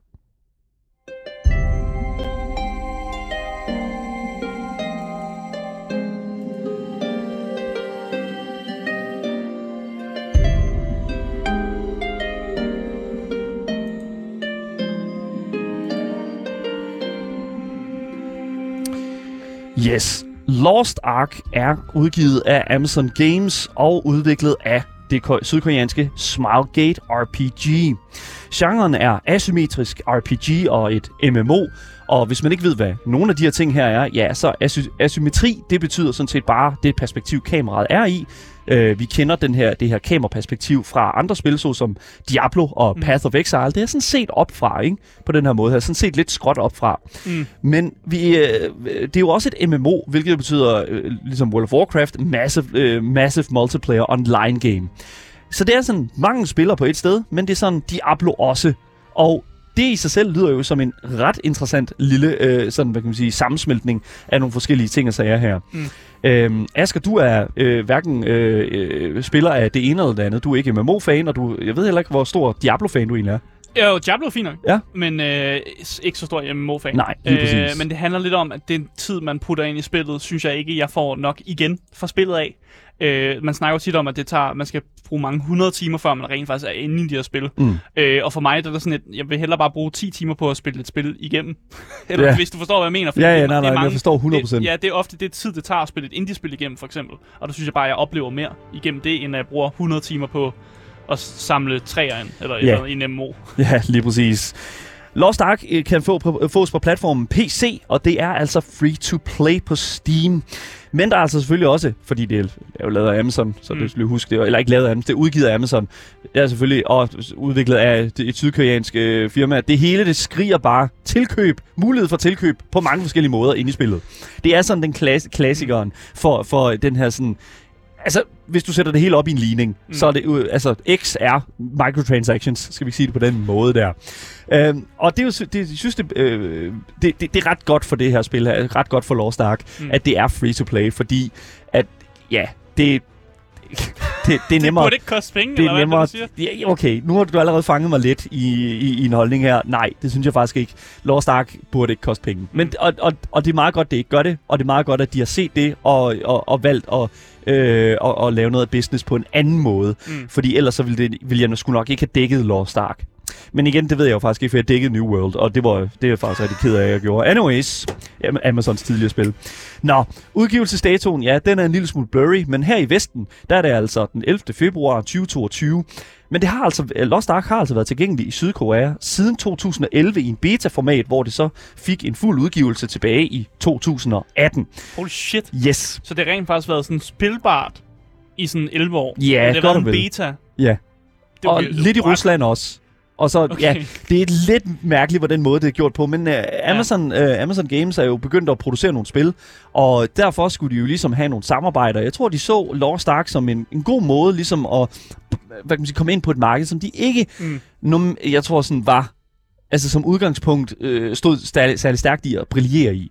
Yes, Lost Ark er udgivet af Amazon Games og udviklet af det sydkoreanske Smilegate R P G. Genren er asymmetrisk R P G og et M M O, og hvis man ikke ved, hvad nogle af de her ting her er, ja, så asy- asymmetri, det betyder sådan set bare det perspektiv, kameraet er i. Uh, vi kender den her, det her kameraperspektiv fra andre spil, såsom Diablo og mm. Path of Exile. Det er sådan set opfra, ikke? På den her måde her. Sådan set lidt skråt opfra. Mm. Men vi, uh, det er jo også et M M O, hvilket betyder, uh, ligesom World of Warcraft, massive, uh, massive multiplayer online game. Så det er sådan mange spillere på et sted, men det er sådan Diablo også. Og det i sig selv lyder jo som en ret interessant lille øh, sådan, hvad kan man sige, sammensmeltning af nogle forskellige ting og sager her. Mm. Øhm, Asger, du er øh, hverken øh, øh, spiller af det ene eller det andet. Du er ikke M M O-fan, og du, jeg ved heller ikke, hvor stor Diablo-fan du egentlig er. Jo, Diablo er fint nok, ja. Men øh, ikke så stor M M O-fan. Nej, lige præcis. Øh, men det handler lidt om, at den tid, man putter ind i spillet, synes jeg ikke, jeg får nok igen fra spillet af. Øh, man snakker jo tit om, at det tager, man skal bruge mange hundrede timer, før man rent faktisk er inde i de her spil. Mm. Øh, og for mig der er det sådan et, jeg vil hellere bare bruge ti timer på at spille et spil igennem. Eller ja. Hvis du forstår, hvad jeg mener. Ja, ja, det, nej, nej, det mange, jeg forstår hundrede procent. Det, ja, det er ofte det tid, det tager at spille et indie-spil igennem, for eksempel. Og der synes jeg bare, at jeg oplever mere igennem det, end at jeg bruger hundrede timer på at samle træer ind, eller, ja. eller i en M M O. Ja, lige præcis. Lost Ark kan få på, fås på platformen P C, og det er altså free to play på Steam. Men der er altså selvfølgelig også, fordi det er jo lavet af Amazon, så mm. det skal vi huske det, eller ikke lavet af Amazon, det er udgivet af Amazon. Det er selvfølgelig også udviklet af et sydkoreansk øh, firma. Det hele, det skriger bare tilkøb, mulighed for tilkøb på mange forskellige måder inde i spillet. Det er sådan den klass- klassikeren for, for den her sådan. Altså, hvis du sætter det hele op i en ligning, mm. så er det jo, altså, X er microtransactions, skal vi sige det på den måde der. Øhm, og det er jo, det, jeg synes, det, øh, det, det, det er ret godt for det her spil her, ret godt for Lost Ark, mm. at det er free to play, fordi at, ja, det, det, det er nemmere. Det burde ikke koste penge, det er eller nemmere, hvad du siger? Ja, okay, nu har du allerede fanget mig lidt i, i, i en holdning her. Nej, det synes jeg faktisk ikke. Lost Ark burde ikke koste penge. Men, mm. og, og, og det er meget godt, det ikke gør det, og det er meget godt, at de har set det og, og, og valgt at Øh, og, og lave noget business på en anden måde. Mm. Fordi ellers så ville, det, ville jeg sgu nok ikke have dækket Lost Ark. Men igen, det ved jeg jo faktisk ikke, for jeg dækkede New World, og det var det er jeg faktisk rigtig ked af, at jeg gjorde. Anyways, Amazons tidligere spil. Nå, udgivelsesdatoen, ja, den er en lille smule blurry, men her i Vesten, der er det altså den ellevte februar tyve toogtyve. Men det har altså, Lost Ark har altså været tilgængelig i Sydkorea siden to tusind og elleve i en beta-format, hvor det så fik en fuld udgivelse tilbage i to tusind og atten. Holy shit. Yes. Så det har rent faktisk været sådan spilbart i sådan elleve år. Ja, det har været en beta. Ja. Det og lidt i Rusland også. Og så, okay. ja, det er lidt mærkeligt, hvordan måde det er gjort på, men uh, Amazon, ja. uh, Amazon Games er jo begyndt at producere nogle spil, og derfor skulle de jo ligesom have nogle samarbejder. Jeg tror, de så Lost Ark som en, en god måde ligesom at hvad kan man sige, komme ind på et marked, som de ikke, mm. num, jeg tror sådan var, altså som udgangspunkt øh, stod særlig, særlig stærkt i at brillere i.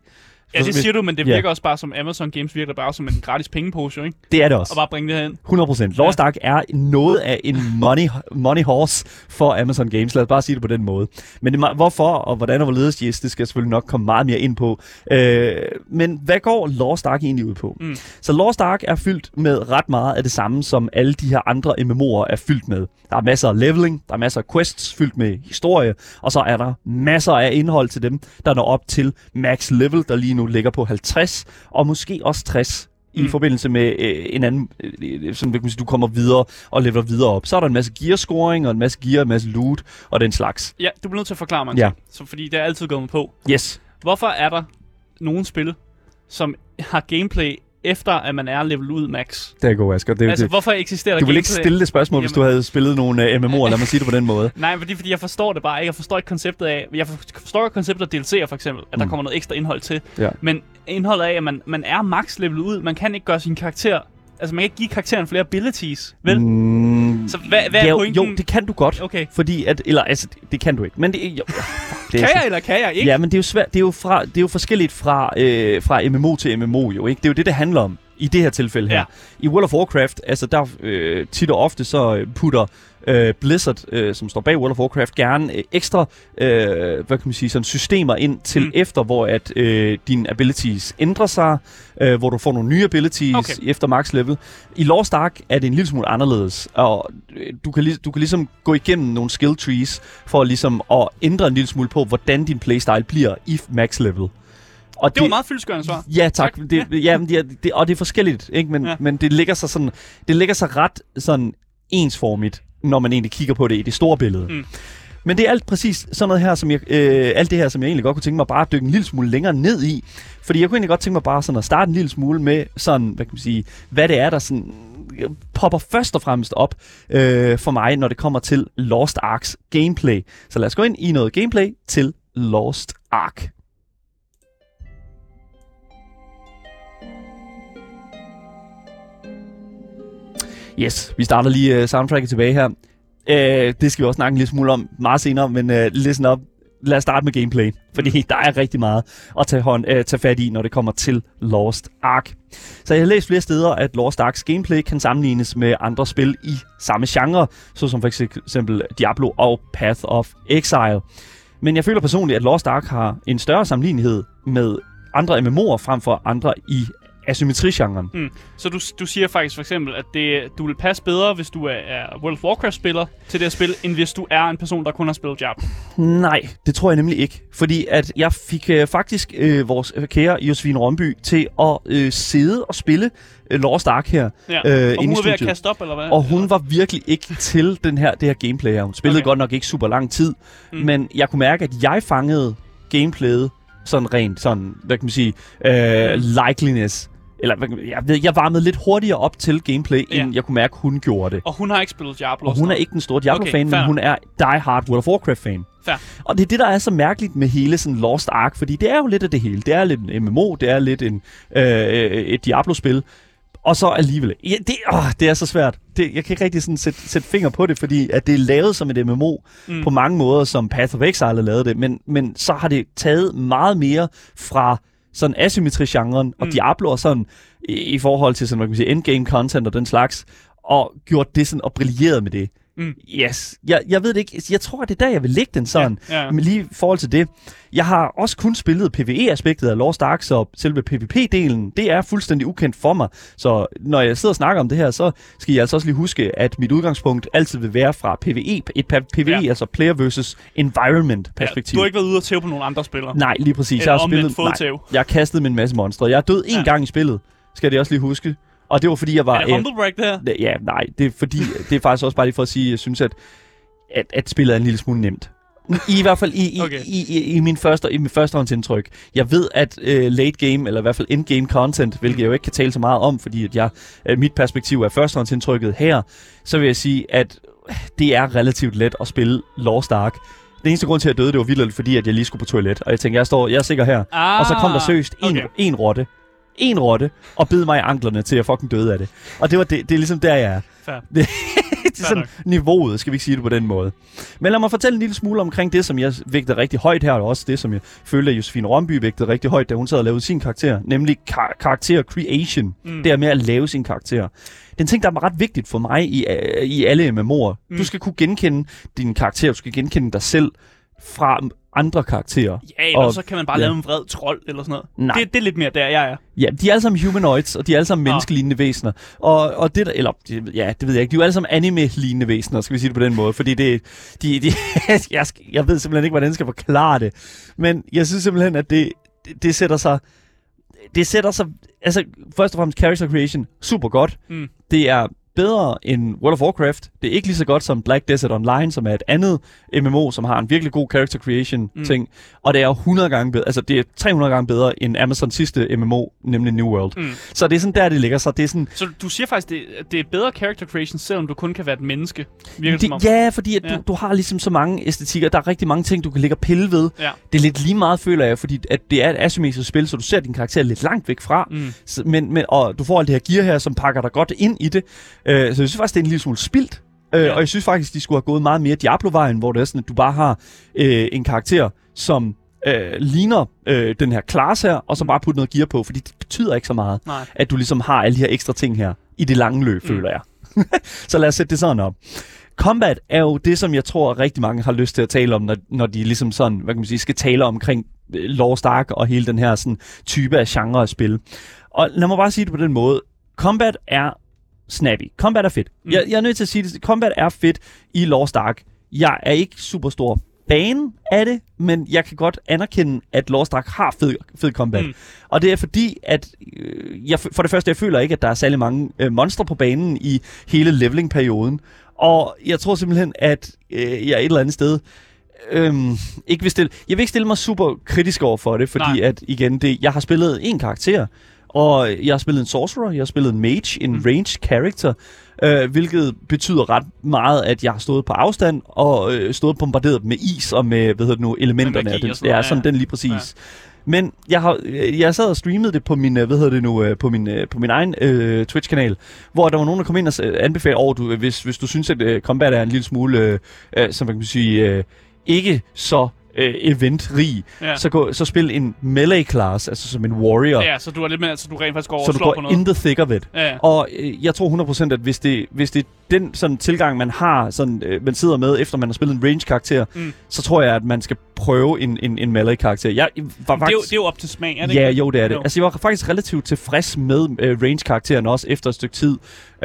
Ja, det siger du, men det ja. virker også bare som Amazon Games virker bare som en gratis pengepose, ikke? Det er det også. Og bare bringe det hen. hundrede procent. Lost Ark er noget af en money, money horse for Amazon Games. Lad os bare sige det på den måde. Men det, hvorfor og hvordan og hvorledes, yes, det skal jeg selvfølgelig nok komme meget mere ind på. Øh, men hvad går Lost Ark egentlig ud på? Mm. Så Lost Ark er fyldt med ret meget af det samme, som alle de her andre M M O'er er fyldt med. Der er masser af leveling, der er masser af quests fyldt med historie, og så er der masser af indhold til dem, der når op til max level, der lige nu ligger på halvtreds, og måske også tres mm. i forbindelse med øh, en anden, øh, som sige, du kommer videre og leveler videre op. Så er der en masse gear-scoring, og en masse gear, en masse loot, og den slags. Ja, du bliver nødt til at forklare mig. Ja. Så, fordi det er altid gået med på. Yes. Hvorfor er der nogle spil, som har gameplay efter at man er level ud max? Det er god, Asger. Det, altså, det, hvorfor eksisterer der du gameplay? vil ikke stille det spørgsmål, Jamen. hvis du havde spillet nogle uh, M M O'er, lad mig sige det på den måde. Nej, fordi, fordi jeg forstår det bare ikke. Jeg forstår ikke konceptet af... Jeg forstår ikke konceptet af D L C'er for eksempel, at mm. der kommer noget ekstra indhold til. Ja. Men indholdet af, at man, man er max level ud, man kan ikke gøre sin karakter... Altså, man kan ikke give karakteren flere abilities, vel? Mm, så hvad, hvad er ja, pointen? Jo, det kan du godt. Okay. Fordi at... Eller, altså, det, det kan du ikke. Men det... Jo, det kan jeg, eller kan jeg ikke? Ja, men det er jo svært. Det er jo, fra, det er jo forskelligt fra, øh, fra M M O til M M O, jo, ikke? Det er jo det, det handler om. I det her tilfælde her. Ja. I World of Warcraft, altså der øh, tit og ofte så putter øh, Blizzard, øh, som står bag World of Warcraft, gerne øh, ekstra, øh, hvad kan man sige, sådan systemer ind til mm. efter, hvor at øh, dine abilities ændrer sig, øh, hvor du får nogle nye abilities okay. efter max level. I Lost Ark er det en lille smule anderledes, og øh, du kan, du kan ligesom gå igennem nogle skill trees for ligesom at ændre en lille smule på, hvordan din playstyle bliver i max level. Og det var meget fyldestgørende svar. Ja, tak. tak. Det, ja, men det, det, og det er forskelligt, ikke? Men, ja. men det ligger sig sådan, det ligger sig ret sådan ensformigt, når man egentlig kigger på det i det store billede. Mm. Men det er alt præcis sådan noget her, som jeg, øh, alt det her, som jeg egentlig godt kunne tænke mig bare at dykke en lille smule længere ned i. Fordi jeg kunne egentlig godt tænke mig bare sådan at starte en lille smule med sådan, hvad kan man sige, hvad det er, der sådan popper først og fremmest op øh, for mig, når det kommer til Lost Arks gameplay. Så lad os gå ind i noget gameplay til Lost Ark. Yes, vi starter lige uh, soundtracket tilbage her. Uh, det skal vi også snakke en lille smule om meget senere, men uh, listen up. Lad os starte med gameplay, fordi der er rigtig meget at tage, hånd, uh, tage fat i, når det kommer til Lost Ark. Så jeg har læst flere steder, at Lost Arks gameplay kan sammenlignes med andre spil i samme genre, såsom for eksempel Diablo og Path of Exile. Men jeg føler personligt, at Lost Ark har en større sammenlignelighed med andre M M O'er frem for andre i asymmetri-genren. Mm. Så du, du siger faktisk for eksempel, at det, du vil passe bedre, hvis du er, er World of Warcraft-spiller til det her spil, end hvis du er en person, der kun har spillet Diablo? Nej, det tror jeg nemlig ikke. Fordi at jeg fik øh, faktisk øh, vores kære Josefine Romby til at øh, sidde og spille øh, Lost Ark her. Ja. Øh, og hun var ved at kaste op, eller hvad? Og hun var virkelig ikke til den her, det her gameplay her. Hun spillede okay. godt nok ikke super lang tid, mm. men jeg kunne mærke, at jeg fangede gameplayet sådan rent, sådan, hvad kan man sige, øh, likeliness. Eller jeg ved, jeg varmede lidt hurtigere op til gameplay, ja. end jeg kunne mærke, hun gjorde det. Og hun har ikke spillet Diablo. Og hun er ikke den store Diablo-fan, okay, men hun er die-hard World of Warcraft-fan. Fair. Og det er det, der er så mærkeligt med hele sådan Lost Ark, fordi det er jo lidt af det hele. Det er lidt en M M O, det er lidt en, øh, et Diablo-spil. Og så alligevel. Ja, det, åh, det er så svært. Det, jeg kan ikke rigtig sådan sætte, sætte finger på det, fordi at det er lavet som et M M O mm. på mange måder, som Path of Exile har lavet det. Men, men så har det taget meget mere fra sådan asymmetri-genren og mm. Diablo og sådan i, i forhold til sådan, hvad kan man sige, endgame content og den slags, og gjort det sådan og brilleret med det. Mm. Yes. Jeg, jeg ved det ikke. Jeg tror, at det er der, jeg vil lægge den sådan. Ja, ja. Men lige i forhold til det. Jeg har også kun spillet PvE-aspektet af Lost Ark, så selve PvP-delen, det er fuldstændig ukendt for mig. Så når jeg sidder og snakker om det her, så skal jeg altså også lige huske, at mit udgangspunkt altid vil være fra PvE. Et PvE, ja. altså player versus environment perspektiv. Ja, du har ikke været ude og tæve på nogle andre spillere? Nej, lige præcis. Jeg har spillet, nej, jeg har kastet med en masse monstre. Jeg er død én ja. gang i spillet, skal det også lige huske. Og det var fordi, jeg var... Er det humble break, det her? Ja, nej. Det er fordi, det er faktisk også bare lige for at sige, at jeg synes, at, at, at spillet er en lille smule nemt. I, i hvert fald i, okay. i, i, i, min første, i min førstehåndsindtryk. Jeg ved, at uh, late game, eller i hvert fald endgame content, hvilket jeg jo ikke kan tale så meget om, fordi at jeg, uh, mit perspektiv er førstehåndsindtrykket her, så vil jeg sige, at det er relativt let at spille Lost Ark. Den eneste grund til, at jeg døde, det var vildt, fordi at jeg lige skulle på toilet. Og jeg tænkte, jeg står, jeg er sikker her. Ah, og så kom der seriøst en, okay. en rotte. En rotte, og bed mig i anklerne, til jeg fucking døde af det. Og det var det, det er ligesom der, jeg er. Det, det er sådan niveauet, skal vi ikke sige det på den måde. Men lad mig fortælle en lille smule omkring det, som jeg vægter rigtig højt her, og også det, som jeg følte, at Josefine Romby vægtede rigtig højt, da hun sad og lavede sin karakter, nemlig kar- karakter creation. Mm. Det er med at lave sin karakter. Det er en ting, der er ret vigtigt for mig i, i alle M M O'er. Mm. Du skal kunne genkende din karakter, du skal genkende dig selv fra andre karakterer. Ja, eller og, så kan man bare ja. lave en vred trold eller sådan noget. Det, det er lidt mere der, jeg er. Ja, de er alle sammen humanoids, og de er alle sammen menneskelignende væsener. Og, og det der, eller, ja, det ved jeg ikke. De er jo alle sammen anime-lignende væsener, skal vi sige det på den måde. Fordi det, de, de, jeg, jeg ved simpelthen ikke, hvordan jeg skal forklare det. Men jeg synes simpelthen, at det, det, det sætter sig... Det sætter sig... Altså, først og fremmest character creation, super godt. Mm. Det er bedre end World of Warcraft. Det er ikke lige så godt som Black Desert Online, som er et andet M M O, som har en virkelig god character creation ting. Mm. Og det er hundrede gange bedre, altså det er tre hundrede gange bedre end Amazons sidste M M O, nemlig New World. Mm. Så det er sådan der, det ligger. Så det er sådan... Så du siger faktisk, det, det er bedre character creation, selvom du kun kan være et menneske? Virker det, det ja, fordi at ja. Du, du har ligesom så mange æstetikker. Der er rigtig mange ting, du kan ligge og pille ved. Ja. Det er lidt lige meget, føler jeg, fordi at det er et asymmetrisk spil, så du ser din karakter lidt langt væk fra. Mm. Så, men, men, og du får alt det her gear her, som pakker dig godt ind i det. Uh, så jeg synes faktisk, det er en lille smule spildt. Uh, ja. Og jeg synes faktisk, de skulle have gået meget mere Diablo-vejen, hvor det er sådan, at du bare har uh, en karakter, som uh, ligner uh, den her class her, og så bare putte noget gear på, fordi det betyder ikke så meget, Nej. at du ligesom har alle de her ekstra ting her i det lange løb, mm. føler jeg. Så lad os sætte det sådan op. Combat er jo det, som jeg tror, rigtig mange har lyst til at tale om, når, når de ligesom sådan, hvad kan man sige, skal tale omkring Lost Ark og hele den her sådan, type af genre af spil. Og lad mig bare sige det på den måde. Combat er snappy. Combat er fedt. Mm. Jeg, jeg er nødt til at sige det. Combat er fedt i Lost Ark. Jeg er ikke super stor fan af det, men jeg kan godt anerkende, at Lost Ark har fed, fed combat. Mm. Og det er fordi, at øh, jeg, for det første, jeg føler ikke, at der er særlig mange øh, monstre på banen i hele leveling-perioden. Og jeg tror simpelthen, at øh, jeg et eller andet sted øhm, ikke vil stille... Jeg vil ikke stille mig super kritisk over for det, fordi Nej. at igen, det, jeg har spillet en karakter, og jeg har spillet en sorcerer, jeg har spillet en mage, en mm. range character, øh, hvilket betyder ret meget, at jeg har stået på afstand og øh, stået bombarderet med is og med, hvad hedder det nu, elementerne. Med magi og sådan noget. Ja, sådan ja. Den lige præcis. Ja. Men jeg har jeg sad og streamede det på min hvad hedder det nu på min på min egen øh, Twitch-kanal, hvor der var nogen der kom ind og anbefalede over du hvis hvis du synes at uh, combat er en lille smule øh, som man kan sige øh, ikke så øh, eventrig, ja. så gå så spil en melee class, altså som en warrior. Ja, så du er lidt mere, så du rent faktisk går over og slår på noget. Så du går in the thick of it. Ja. Og øh, jeg tror hundrede procent at hvis det hvis det den sådan tilgang man har, sådan øh, man sidder med efter man har spillet en range karakter, mm. så tror jeg at man skal prøve en en en melee karakter. Jeg var faktisk, det, er jo, det er jo op til smag, er det ja, ikke? jo, det er det. Jo. Altså jeg var faktisk relativt tilfreds med øh, range karakteren også efter et stykke tid.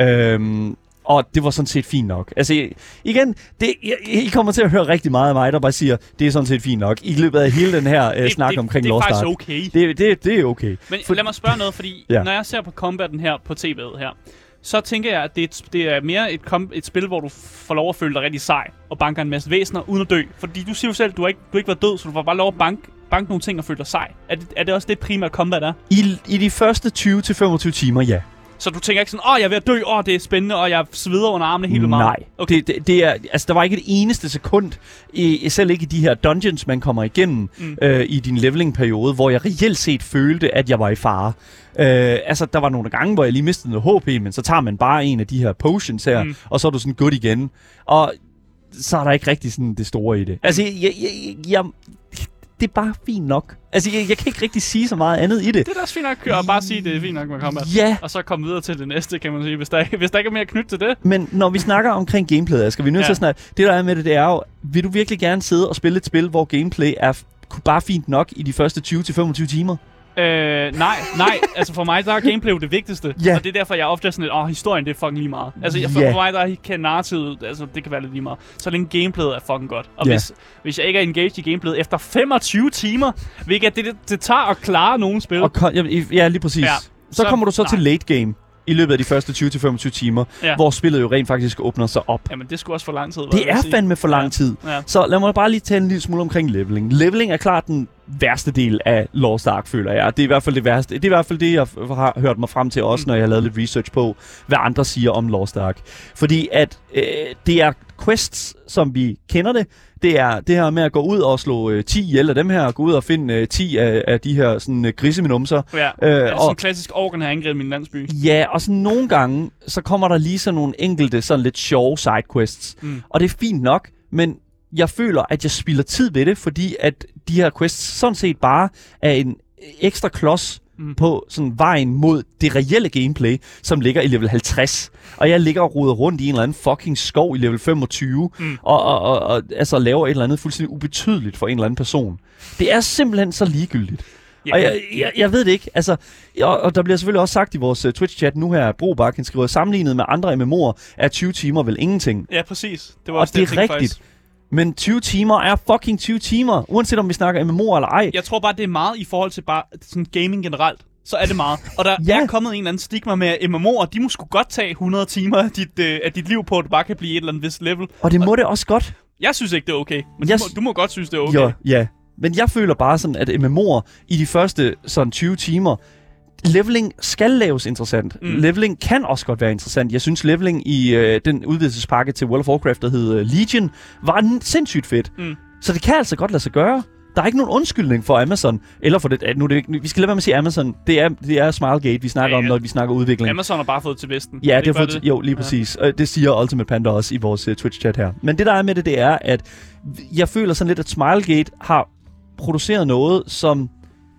Øhm, Og det var sådan set fint nok. Altså, igen, det, I, I kommer til at høre rigtig meget af mig, der bare siger, det er sådan set fint nok. I løbet af hele den her uh, det, snak det, omkring Lost Ark. Det er faktisk okay. Det, det, det er okay. Men For, lad mig spørge noget, fordi ja. når jeg ser på combaten her på T V'et her, så tænker jeg, at det er, et, det er mere et, kom, et spil, hvor du får lov at føle dig rigtig sej og banker en masse væsener uden at dø. Fordi du siger jo selv, at du har ikke, du har ikke været død, så du får bare lov at banke, banke nogle ting og føle dig sej. Er det, er det også det primære combat er? I, I de første tyve til femogtyve timer, ja. Så du tænker ikke sådan, åh, jeg er ved at dø, åh, det er spændende, og jeg sveder under armene helt meget? Nej, okay. det, det, det er, altså der var ikke et eneste sekund, i, selv ikke i de her dungeons, man kommer igennem mm. øh, i din leveling-periode, hvor jeg reelt set følte, at jeg var i fare. Øh, altså, der var nogle gange, hvor jeg lige mistede noget H P, men så tager man bare en af de her potions her, mm. og så er du sådan good igen. Og så er der ikke rigtig sådan det store i det. Altså, jeg... jeg, jeg, jeg det er bare fint nok. Altså, jeg, jeg kan ikke rigtig sige så meget andet i det. Det er da også fint nok at bare sige, at det er fint nok med combat. Ja. Og så komme videre til det næste, kan man sige, hvis der, hvis der ikke er mere knyttet til det. Men når vi snakker omkring gameplayet, skal vi nødt til at snakke... Det der er med det, det er jo, vil du virkelig gerne sidde og spille et spil, hvor gameplay er bare fint nok i de første tyve til femogtyve timer? Øh, nej, nej. Altså for mig, der er gameplay jo det vigtigste. Yeah. Og det er derfor, jeg er ofte sådan lidt, åh, historien, det er fucking lige meget. Altså for, yeah. for mig, der kan narrativet, altså det kan være lidt lige meget. Så længe gameplayet er fucking godt. Og yeah. hvis, hvis jeg ikke er engaged i gameplayet efter femogtyve timer, hvilket det, det, det tager at klare nogle spil. Og, ja, lige præcis. Ja, så, så kommer du så nej. til late game. I løbet af de første tyve til femogtyve timer, ja. hvor spillet jo rent faktisk åbner sig op. Jamen, det skulle også for lang tid. Det er fandme for lang ja. tid. Ja. Så lad mig bare lige tage en lille smule omkring leveling. Leveling er klart den værste del af Lost Ark, føler jeg. Det er i hvert fald det værste. Det er i hvert fald det, jeg har hørt mig frem til også, mm. når jeg har lavet lidt research på, hvad andre siger om Lost Ark. Fordi at øh, det er quests, som vi kender det. Det er det her med at gå ud og slå øh, ti ihjel af dem her, gå ud og finde øh, ti af, af de her sådan øh, griseminumser. Ja, øh, er det sådan en klassisk orken har angrebet min landsby? Ja, og sådan nogle gange, så kommer der lige sådan nogle enkelte, sådan lidt sjove sidequests. Mm. Og det er fint nok, men jeg føler, at jeg spilder tid ved det, fordi at de her quests sådan set bare er en ekstra klods mm. på sådan vejen mod det reelle gameplay, som ligger i level halvtreds. Og jeg ligger og roder rundt i en eller anden fucking skov i level femogtyve, mm. og, og, og, og altså laver et eller andet fuldstændig ubetydeligt for en eller anden person. Det er simpelthen så ligegyldigt. Yeah. Og jeg, jeg, jeg ved det ikke. Altså, og, og der bliver selvfølgelig også sagt i vores uh, Twitch-chat nu her, at Brobakken skriver, sammenlignet med andre M M O'er er tyve timer vel ingenting. Ja, præcis. Det var og også det, det er rigtigt. Faktisk. Men tyve timer er fucking tyve timer, uanset om vi snakker M M O'er eller ej. Jeg tror bare, det er meget i forhold til bare sådan gaming generelt. Så er det meget. Og der ja. er kommet en eller anden stigma med, at M M O'er, de må sgu godt tage hundrede timer af dit, øh, af dit liv på, at du bare kan blive et eller andet vist level. Og det må og det også godt. Jeg synes ikke, det er okay. Men jeg du, må, du må godt synes, det er okay. Jo, ja. Men jeg føler bare sådan, at M M O'er i de første sådan tyve timer, leveling skal laves interessant. Mm. Leveling kan også godt være interessant. Jeg synes, leveling i øh, den udvidelsespakke til World of Warcraft, der hed øh, Legion, var sindssygt fedt. Mm. Så det kan altså godt lade sig gøre. Der er ikke nogen undskyldning for Amazon, eller for det, nu er det ikke, vi skal lade være med at sige Amazon. Det er, det er Smilegate, vi snakker ja, ja. om, når vi snakker udvikling. Amazon har bare fået til Vesten. Ja, det, det har fået til, jo, lige præcis. Ja. Det siger Ultimate Panda også i vores uh, Twitch-chat her. Men det, der er med det, det er, at jeg føler sådan lidt, at Smilegate har produceret noget, som,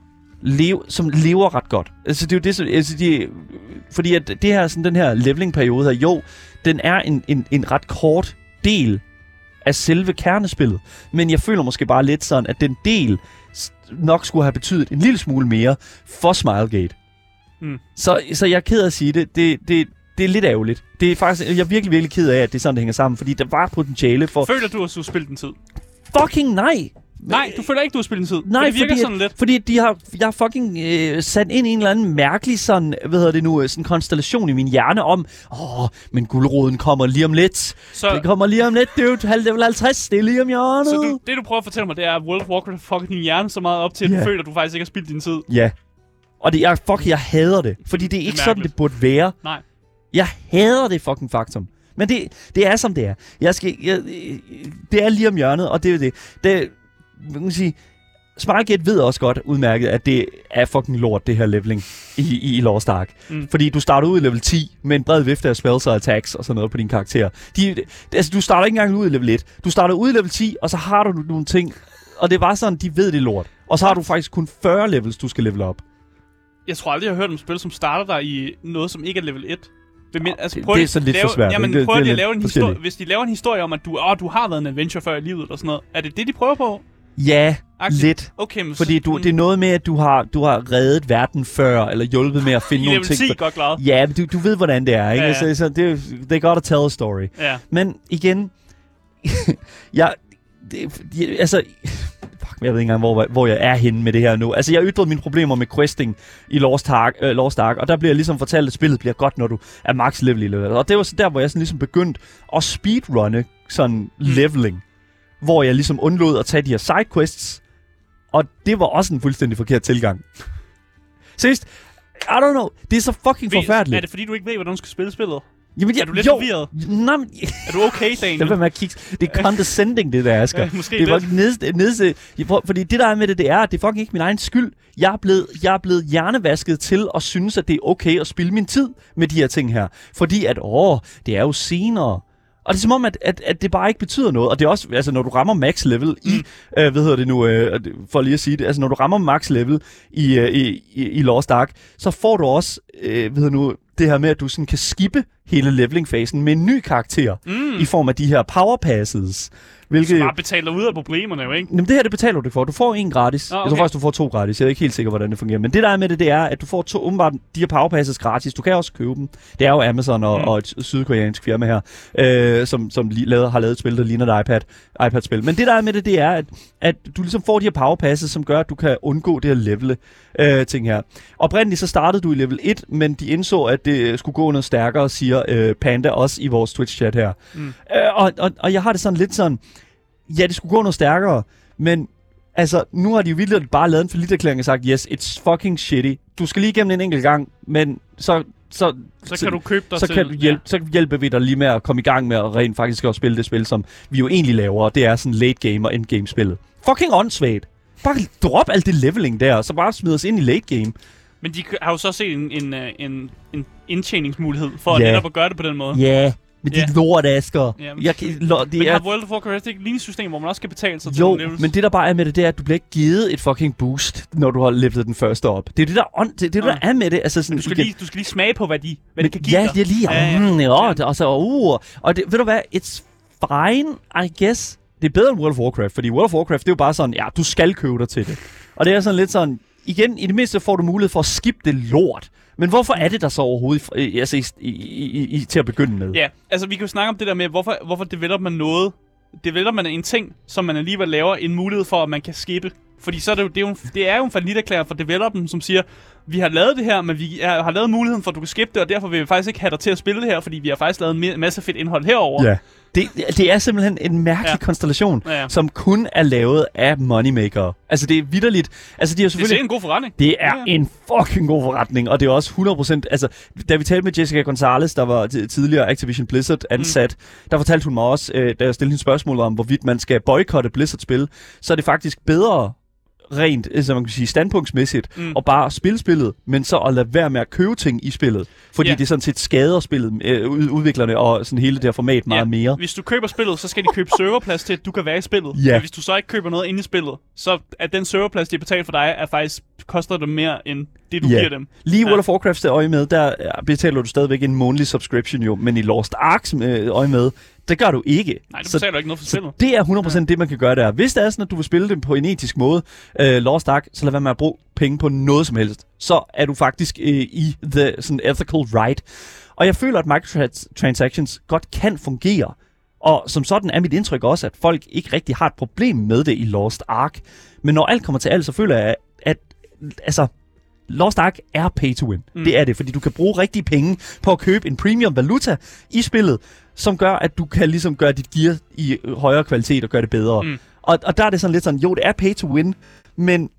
lev, som lever ret godt. Altså, det er jo det, som, altså, de, fordi at det her, sådan, den her leveling-periode her, jo, den er en, en, en ret kort del af selve kernespillet. Men jeg føler måske bare lidt sådan, at den del nok skulle have betydet en lille smule mere for Smilegate. Mm. Så, så jeg er ked af at sige det. Det, det, det er lidt ærgerligt. Det er faktisk, jeg er virkelig, virkelig ked af, at det er sådan, det hænger sammen. Fordi der var potentiale for... Føler du, at du har spillet en tid? Fucking nej! Nej, du føler ikke, du har spillet en tid? Nej, det virker fordi, sådan lidt. fordi de har, jeg har fucking øh, sat ind i en eller anden mærkelig sådan, hvad hedder det nu, sådan konstellation i min hjerne om, åh, men guldroden kommer lige om lidt. Så, det kommer lige om lidt, dude. Halv level halvtreds, det er lige om hjørnet. Så du, det, du prøver at fortælle mig, det er, at World of Warcraft fucking din hjerne så meget op til, at yeah. du føler, at du faktisk ikke har spildt din tid. Ja. Yeah. Og det, jeg, fuck, jeg hader det. Fordi det er ikke det er sådan, det burde være. Nej. Jeg hader det fucking faktum. Men det, det er, som det er. Jeg skal, jeg, det er lige om hjørnet, og det er det. Det man kan sige, Smilegate ved også godt udmærket, at det er fucking lort, det her leveling i, i, i Lost Ark. Mm. Fordi du starter ud i level ti med en bred vifte af spells og attacks og sådan noget på din karakter. De, de, altså, du starter ikke engang ud i level et. Du starter ud i level ti, og så har du nogle ting. Og det var sådan, de ved det lort. Og så har du faktisk kun fyrre levels, du skal level op. Jeg tror aldrig, jeg har hørt om spil, som starter der i noget, som ikke er level et. Men, altså, det, det er så lidt lave, for svært. Jamen, det, prøv det, det at lave en historie. Hvis de laver en historie om, at du, åh, du har været en adventure før i livet, eller sådan noget. Er det det, de prøver på? Ja, Aktivt. lidt. Okay, men fordi du, det er noget med, at du har, du har reddet verden før, eller hjulpet med at finde nogle ting. I level ti, godt klaret. Ja, du, du ved, hvordan det er, ikke? Ja, ja. Så, så det, they gotta tell a story. Ja. Men igen, jeg, det, jeg, altså, fuck, jeg ved ikke engang, hvor, hvor jeg er henne med det her nu. Altså, jeg ytrede mine problemer med questing i Lost Ark, øh, Lost Ark, og der bliver ligesom fortalt, at spillet bliver godt, når du er max level i level. Og det var så der, hvor jeg sådan ligesom begyndte at speedrunne sådan mm. leveling. Hvor jeg ligesom undlod at tage de her sidequests, og det var også en fuldstændig forkert tilgang. Seriøst, I don't know, det er så fucking ved, forfærdeligt. Er det fordi, du ikke ved, hvordan du skal spille spillet? Jamen, jeg, er du lidt jo, forvirret? Nej, men... Er du okay, Daniel? Det, med at det er condescending, det der, Asger. Ja, måske det er ned, ned, ned, fordi det, der er med det, det er, at det er fucking ikke min egen skyld. Jeg er, blevet, jeg er blevet hjernevasket til at synes, at det er okay at spille min tid med de her ting her. Fordi at, åh, det er jo senere. Og det er som om, at, at, at det bare ikke betyder noget. Og det er også, altså når du rammer max level i, mm. øh, hvad hedder det nu, øh, for lige at sige det, altså når du rammer max level i, øh, i, i, i Lost Ark, så får du også, øh, hvad hedder nu, det her med, at du sådan kan skippe hele leveling-fasen med en ny karakter, mm. i form af de her power passes. Hvilket... Så bare betaler ud af problemerne jo, ikke? Jamen det her, det betaler du for. Du får en gratis. Oh, okay. Jeg tror faktisk, du får to gratis. Jeg er ikke helt sikker, hvordan det fungerer. Men det der er med det, det er, at du får to, umiddelbart de her powerpasses gratis. Du kan også købe dem. Det er jo Amazon og, mm. og et sydkoreansk firma her, øh, som, som lavet, har lavet et spil, der ligner et iPad, iPad-spil. Men det der er med det, det er, at, at du ligesom får de her powerpasses, som gør, at du kan undgå det her levele øh, ting her. Oprindeligt så startede du i level et, men de indså, at det skulle gå noget stærkere, siger øh, Panda også i vores Twitch-chat her. Mm. Øh, og, og, og jeg har det sådan lidt sådan, ja, det skulle gå noget stærkere, men Altså, nu har de jo virkelig bare lavet en forlitterklæring og sagt, yes, it's fucking shitty. Du skal lige igennem en enkelt gang, men så... Så, så kan du købe dig så til... Kan hjælpe, ja. Så hjælper vi dig lige med at komme i gang med at rent faktisk også spille det spil, som vi jo egentlig laver, og det er sådan late game og endgame spillet. Fucking åndssvagt. Bare drop alt det leveling der, og så bare smid os ind i late game. Men de har jo så set en, en, en, en indtjeningsmulighed for yeah. at netop at gøre det på den måde. Ja, yeah. Men de yeah. lort, Asger. Yeah, jeg, lo, det men er... har World of Warcraft ikke et lignende system, hvor man også skal betale sig til jo, nogle levels? Men det der bare er med det, det er, at du bliver ikke givet et fucking boost, når du har levelet den første op. Det er det, der, on, det, det, der ja. er med det. Altså, sådan, du, skal lige, du skal lige smage på, hvad de, hvad men, de kan give ja, dig. Ja, lige. Ja, ja. Mm, ja, ja. Og så, uh, og det, ved du hvad, it's fine, I guess. Det er bedre end World of Warcraft, fordi World of Warcraft, det er jo bare sådan, ja, du skal købe dig til det. Og det er sådan lidt sådan, igen, i det mindste får du mulighed for at skippe det lort. Men hvorfor er det der så overhovedet i, altså, i, i, i, i, til at begynde med? Ja, altså vi kan jo snakke om det der med, hvorfor, hvorfor developer man noget? Developer man en ting, som man alligevel laver en mulighed for, at man kan skippe. Fordi så er det jo, det er jo, det er jo en forlitterklæring for developeren, som siger, vi har lavet det her, men vi er, har lavet muligheden for, at du kan skippe det, og derfor vil vi faktisk ikke have dig til at spille det her, fordi vi har faktisk lavet en masse fedt indhold herover. Ja. Det, det er simpelthen en mærkelig ja. konstellation, ja, ja. som kun er lavet af moneymaker. Altså det er vitterligt. Altså de har selvfølgelig. Det er en god forretning. Det er ja. en fucking god forretning, og det er også hundrede procent. Altså da vi talte med Jessica Gonzalez, der var tidligere Activision Blizzard ansat, mm. der fortalte hun mig også, øh, da jeg stillede hende spørgsmål om, hvorvidt man skal boykotte Blizzard-spil, så er det faktisk bedre rent, altså man kan sige standpunktsmæssigt, mm. og bare spille spillet, men så at lade være med at købe ting i spillet, fordi yeah. det sådan set skader spillet, øh, udviklerne og sådan hele det her format meget yeah. mere. Hvis du køber spillet, så skal de købe serverplads til, at du kan være i spillet. Yeah. Men hvis du så ikke køber noget inde i spillet, så er den serverplads, de har betalt for dig, er faktisk koster det mere end det, du yeah. giver dem. Lige i World of Warcraft der øje med, der betaler du stadigvæk en månedlig subscription jo, men i Lost Ark øje med, det gør du ikke. Nej, du betaler så, ikke noget for spillet. Det er hundrede procent ja. det, man kan gøre der. Hvis det er sådan, at du vil spille det på en etisk måde, uh, Lost Ark, så lad være med at bruge penge på noget som helst. Så er du faktisk uh, i the sådan ethical right. Og jeg føler, at microtransactions godt kan fungere. Og som sådan er mit indtryk også, at folk ikke rigtig har et problem med det i Lost Ark. Men når alt kommer til alt, så føler jeg, at altså, Lost Ark er pay to win. Mm. Det er det, fordi du kan bruge rigtige penge på at købe en premium valuta i spillet, som gør, at du kan ligesom gøre dit gear i højere kvalitet og gøre det bedre. Mm. Og, og der er det sådan lidt sådan, jo, det er pay to win, men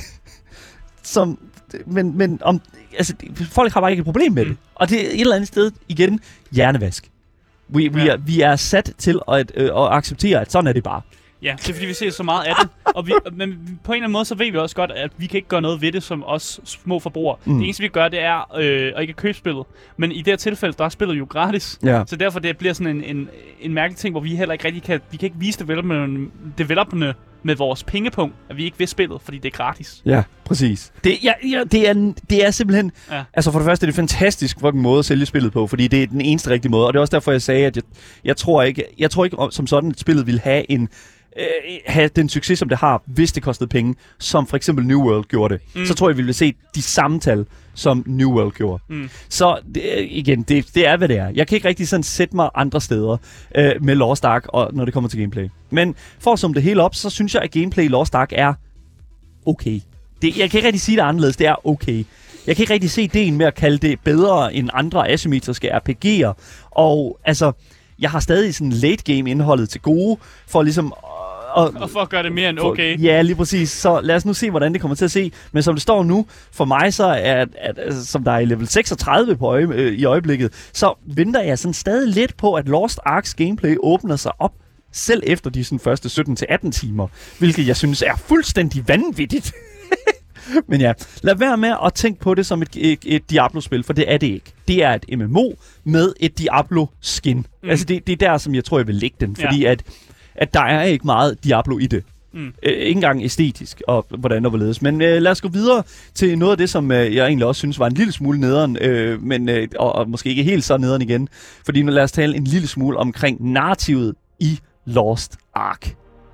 som men, men om, altså, folk har bare ikke et problem med mm. det. Og det er et eller andet sted, igen, hjernevask. Vi, vi, ja. er, vi er sat til at, øh, at acceptere, at sådan er det bare. Ja, det er fordi, vi ser så meget af det. Og vi, men på en eller anden måde, så ved vi også godt, at vi kan ikke gøre noget ved det som os små forbrugere. Mm. Det eneste, vi gør, det er øh, at ikke købe spillet. Men i det her tilfælde, der er spillet jo gratis. Ja. Så derfor det bliver sådan en, en, en mærkelig ting, hvor vi heller ikke rigtig kan... Vi kan ikke vise developerne, developerne med vores pengepunkt, at vi ikke vil spillet, fordi det er gratis. Ja, præcis. Det, ja, ja, det, er, det er simpelthen... Ja. Altså for det første, det er en fantastisk fucking måde at sælge spillet på, fordi det er den eneste rigtige måde. Og det er også derfor, jeg sagde, at jeg, jeg tror ikke, jeg tror ikke som sådan, at spillet vil have en... Øh, have den succes, som det har, hvis det kostede penge, som for eksempel New World gjorde det. Mm. Så tror jeg, vi ville se de samme tal, som New World gjorde. Mm. Så det, igen, det, det er, hvad det er. Jeg kan ikke rigtig sådan sætte mig andre steder øh, med Lost Ark, og når det kommer til gameplay. Men for at summe det hele op, så synes jeg, at gameplay i Lost Ark er okay. Det, jeg kan ikke rigtig sige det anderledes. Det er okay. Jeg kan ikke rigtig se ideen med at kalde det bedre end andre asymmetriske R P G'er. Og altså, jeg har stadig sådan late game indholdet til gode, for ligesom... Og, og for at gøre det mere end okay. For, ja, lige præcis. Så lad os nu se, hvordan det kommer til at se. Men som det står nu, for mig så er, at, at, som der er i level seksogtredive på øje, øh, i øjeblikket, så venter jeg sådan stadig lidt på, at Lost Arks gameplay åbner sig op, selv efter de sådan, første sytten til atten timer. Hvilket jeg synes er fuldstændig vanvittigt. Men ja, lad være med at tænke på det som et, et, et Diablo-spil, for det er det ikke. Det er et M M O med et Diablo-skin. Mm. Altså det, det er der, som jeg tror, jeg vil lægge den, fordi ja. at at der er ikke meget Diablo i det. Mm. Øh, ikke engang æstetisk, og hvordan der hvorledes. Men øh, lad os gå videre til noget af det, som øh, jeg egentlig også synes var en lille smule nederen, øh, men, øh, og, og måske ikke helt så nederen igen. Fordi nu lad os tale en lille smule omkring narrativet i Lost Ark.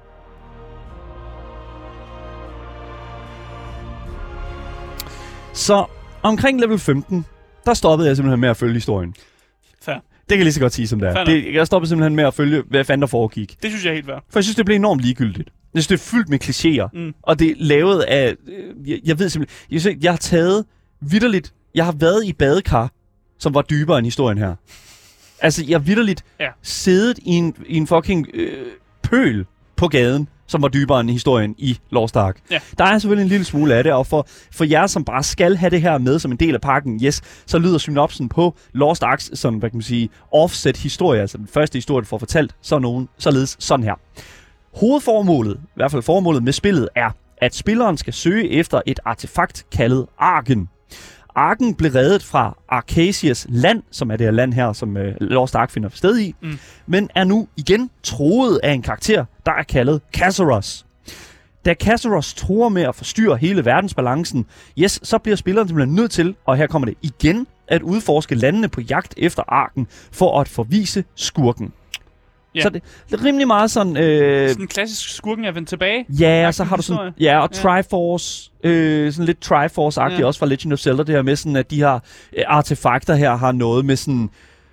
Så omkring level femten, der stoppede jeg simpelthen med at følge historien. Fair. Det kan jeg lige så godt sige, som det er. Det, jeg stoppede simpelthen med at følge, hvad fanden der foregik. Det synes jeg er helt værd. For jeg synes, det blev enormt ligegyldigt. Jeg synes, det er fyldt med klichéer. Mm. Og det er lavet af... Øh, jeg, jeg ved simpelthen... Jeg, synes, jeg har taget vitterligt... Jeg har været i badekar, som var dybere end historien her. Altså, jeg har vitterligt ja. siddet i en, i en fucking øh, pøl på gaden som var dybere end historien i Lost Ark. Ja. Der er selvfølgelig en lille smule af det, og for, for jer, som bare skal have det her med som en del af pakken, yes, så lyder synopsen på Lost Arks, sådan, hvad kan man sige, offset historie, altså den første historie, du får fortalt, så nogen, således sådan her. Hovedformålet, i hvert fald formålet med spillet, er, at spilleren skal søge efter et artefakt kaldet Arken. Arken blev reddet fra Arcasias land, som er det her land her, som øh, Lost Ark finder sted i, mm. men er nu igen truet af en karakter, der er kaldet Kazaros. Da Kazaros truer med at forstyrre hele verdensbalancen, yes, så bliver spilleren simpelthen nødt til, og her kommer det igen, at udforske landene på jagt efter Arken, for at forvise skurken. Ja. Så det, det er rimelig meget sådan... Øh, sådan en klassisk skurken er vendt tilbage. Ja, og så har du sådan... Ja, og ja. Triforce. Øh, sådan lidt Triforce-agtigt ja. Også fra Legend of Zelda. Det her med sådan, at de her øh, artefakter her har noget med sådan...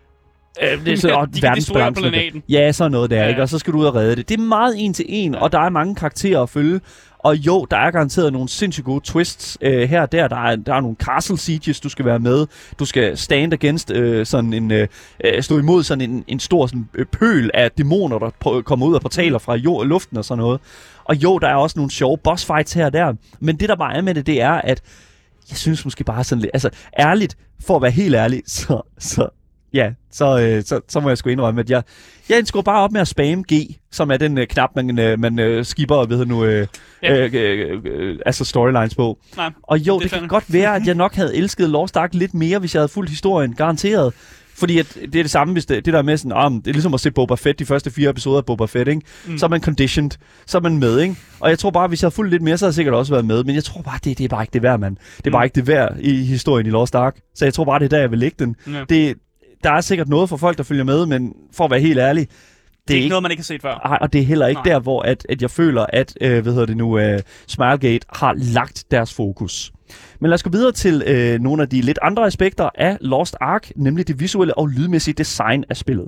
Øh, det er så, ja, og de kan destruere planeten. Ja, sådan noget der, ja. Ikke? Og så skal du ud og redde det. Det er meget en til en, ja. Og der er mange karakterer at følge. Og jo, der er garanteret nogle sindssygt gode twists øh, her og der. Der er, der er nogle castle sieges, du skal være med. Du skal stand against øh, sådan en... Øh, stå imod sådan en, en stor sådan, øh, pøl af dæmoner, der på, kommer ud af portaler fra jord, luften og sådan noget. Og jo, der er også nogle sjove boss fights her og der. Men det, der bare er med det, det er, at jeg synes måske bare sådan lidt... Altså, ærligt, for at være helt ærlig, så... så Ja, så, øh, så, så må jeg sgu indrømme, at jeg, jeg skulle bare op med at spamme G, som er den øh, knap, man, øh, man øh, skipper ved nu, øh, ja. øh, øh, øh, altså storylines på. Nej, og jo, det, det kan godt være, at jeg nok havde elsket Lost Ark lidt mere, hvis jeg havde fulgt historien, garanteret. Fordi at det er det samme, hvis det, det der med sådan, oh, det er ligesom at se Boba Fett, de første fire episoder af Boba Fett, ikke? Mm. Så er man conditioned, så er man med, ikke? Og jeg tror bare, hvis jeg havde fulgt lidt mere, så havde jeg sikkert også været med. Men jeg tror bare, det, det er bare ikke det værd, mand. Det er mm. bare ikke det værd i historien i Lost Ark. Så jeg tror bare, det er der, jeg vil lægge den. Ja. Det Der er sikkert noget for folk, der følger med, men for at være helt ærlig... Det, det er ikke noget, man ikke har set før. Nej, og det er heller ikke Nej. der, hvor at, at jeg føler, at øh, hvad hedder det nu, øh, Smilegate har lagt deres fokus. Men lad os gå videre til øh, nogle af de lidt andre aspekter af Lost Ark, nemlig det visuelle og lydmæssige design af spillet.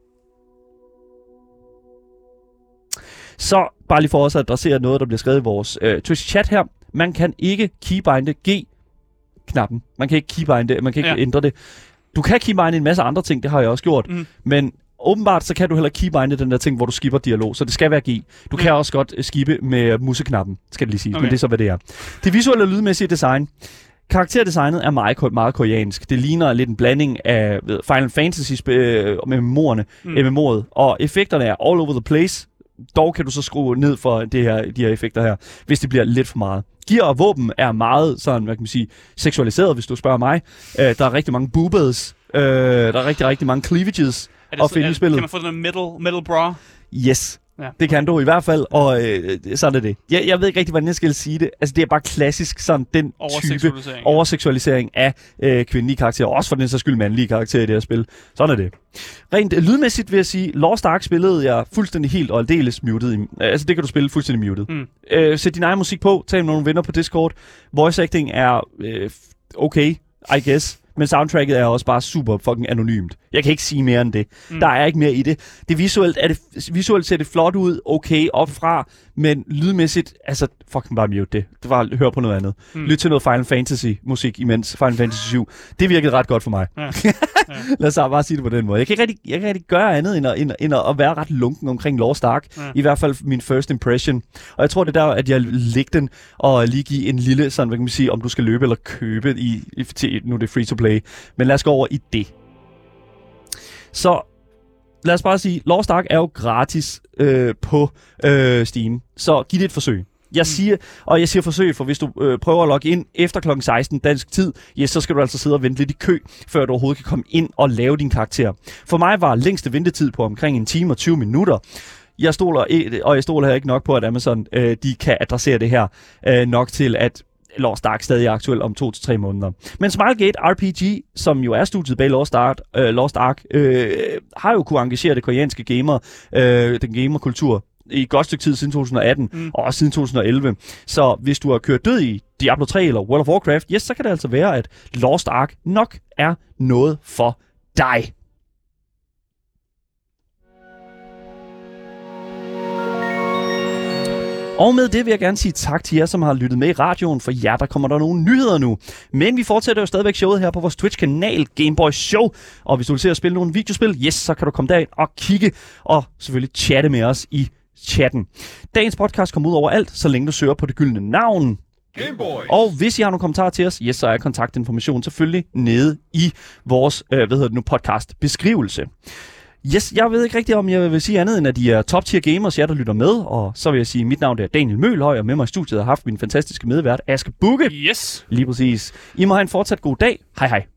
Så bare lige for os at adressere noget, der bliver skrevet i vores øh, Twitch-chat her. Man kan ikke keybinde G-knappen. Man kan ikke keybinde, man kan ikke ja. ændre det. Du kan keybinde en masse andre ting, det har jeg også gjort, mm. men åbenbart så kan du heller keybinde den der ting, hvor du skipper dialog, så det skal være G. Du mm. kan også godt skippe med museknappen, skal det lige sige, okay. Men det er så, hvad det er. Det visuelle og lydmæssige design. Karakterdesignet er meget, meget koreansk. Det ligner lidt en blanding af ved, Final Fantasy øh, med memorerne, mm. M M O'et, og effekterne er all over the place. Dog kan du så skrue ned for det her, de her effekter her, hvis det bliver lidt for meget. Gear og våben er meget sådan, hvad kan man sige, seksualiseret, hvis du spørger mig. Uh, der er rigtig mange boobers. Uh, der er rigtig, rigtig mange cleavages at finde i spillet. Kan man få den der metal, metal bra? Yes. Ja. Det kan du i hvert fald, og øh, sådan er det. Jeg, jeg ved ikke rigtig, hvordan jeg skal sige det. Altså, det er bare klassisk sådan den type overseksualisering ja. af øh, kvindelige karakterer, også for den så skyld mandlige karakterer i det her spil. Sådan er det. Rent øh, lydmæssigt vil jeg sige, Lost Ark spillede jeg fuldstændig helt og aldeles muted. I, altså, det kan du spille fuldstændig muted. Mm. Øh, sæt din egen musik på, tag med nogle venner på Discord. Voice acting er øh, okay, I guess. Men soundtracket er også bare super fucking anonymt. Jeg kan ikke sige mere end det. Mm. Der er ikke mere i det. Det visuelt, er det visuelt ser det flot ud, okay, opfra, men lydmæssigt, altså, fucking bare mute det. Det var hør på noget andet. Mm. Lyt til noget Final Fantasy musik imens Final Fantasy syv. Det virkede ret godt for mig. Ja. Ja. Lad os bare sige det på den måde. Jeg kan ikke rigtig, jeg kan rigtig gøre andet, end at, end, end at være ret lunken omkring Lost Ark. Ja. I hvert fald min first impression. Og jeg tror, det er der, at jeg lægger den og lige give en lille, sådan, hvad kan man sige, om du skal løbe eller købe i, i til, nu er det free to play. Men lad os gå over i det. Så lad os bare sige, Lost Ark er jo gratis øh, på øh, Steam. Så giv det et forsøg. Jeg mm. siger, og jeg siger forsøg, for hvis du øh, prøver at logge ind efter klokken seksten dansk tid, yes, så skal du altså sidde og vente lidt i kø, før du overhovedet kan komme ind og lave din karakter. For mig var længste ventetid på omkring en time og tyve minutter. Jeg stoler, og jeg stoler her ikke nok på, at Amazon øh, de kan adressere det her øh, nok til, at Lost Ark stadig er aktuel om to til tre måneder. Men Smilegate R P G, som jo er studiet bag Lost Ark, øh, Lost Ark øh, har jo kunne engagere det koreanske gamer, øh, den gamerkultur, i et godt stykke tid siden to tusind og atten, mm. og også siden to tusind og elleve. Så hvis du har kørt død i Diablo tre eller World of Warcraft, yes, så kan det altså være, at Lost Ark nok er noget for dig. Og med det vil jeg gerne sige tak til jer, som har lyttet med i radioen. For jer, der kommer der nogle nyheder nu. Men vi fortsætter jo stadigvæk showet her på vores Twitch-kanal, Gameboy Show. Og hvis du vil se at spille nogle videospil, yes, så kan du komme derind og kigge og selvfølgelig chatte med os i chatten. Dagens podcast kommer ud over alt, så længe du søger på det gyldne navn. Gameboys. Og hvis I har nogle kommentarer til os, yes, så er kontaktinformation selvfølgelig nede i vores øh, hvad hedder det nu, podcast beskrivelse. Yes, jeg ved ikke rigtigt, om jeg vil sige andet, end at I er top tier gamers, jer der lytter med. Og så vil jeg sige, at mit navn er Daniel Mølhøj, og med mig i studiet har haft min fantastiske medvært, Aske Bugge. Yes. Lige præcis. I må have en fortsat god dag. Hej hej.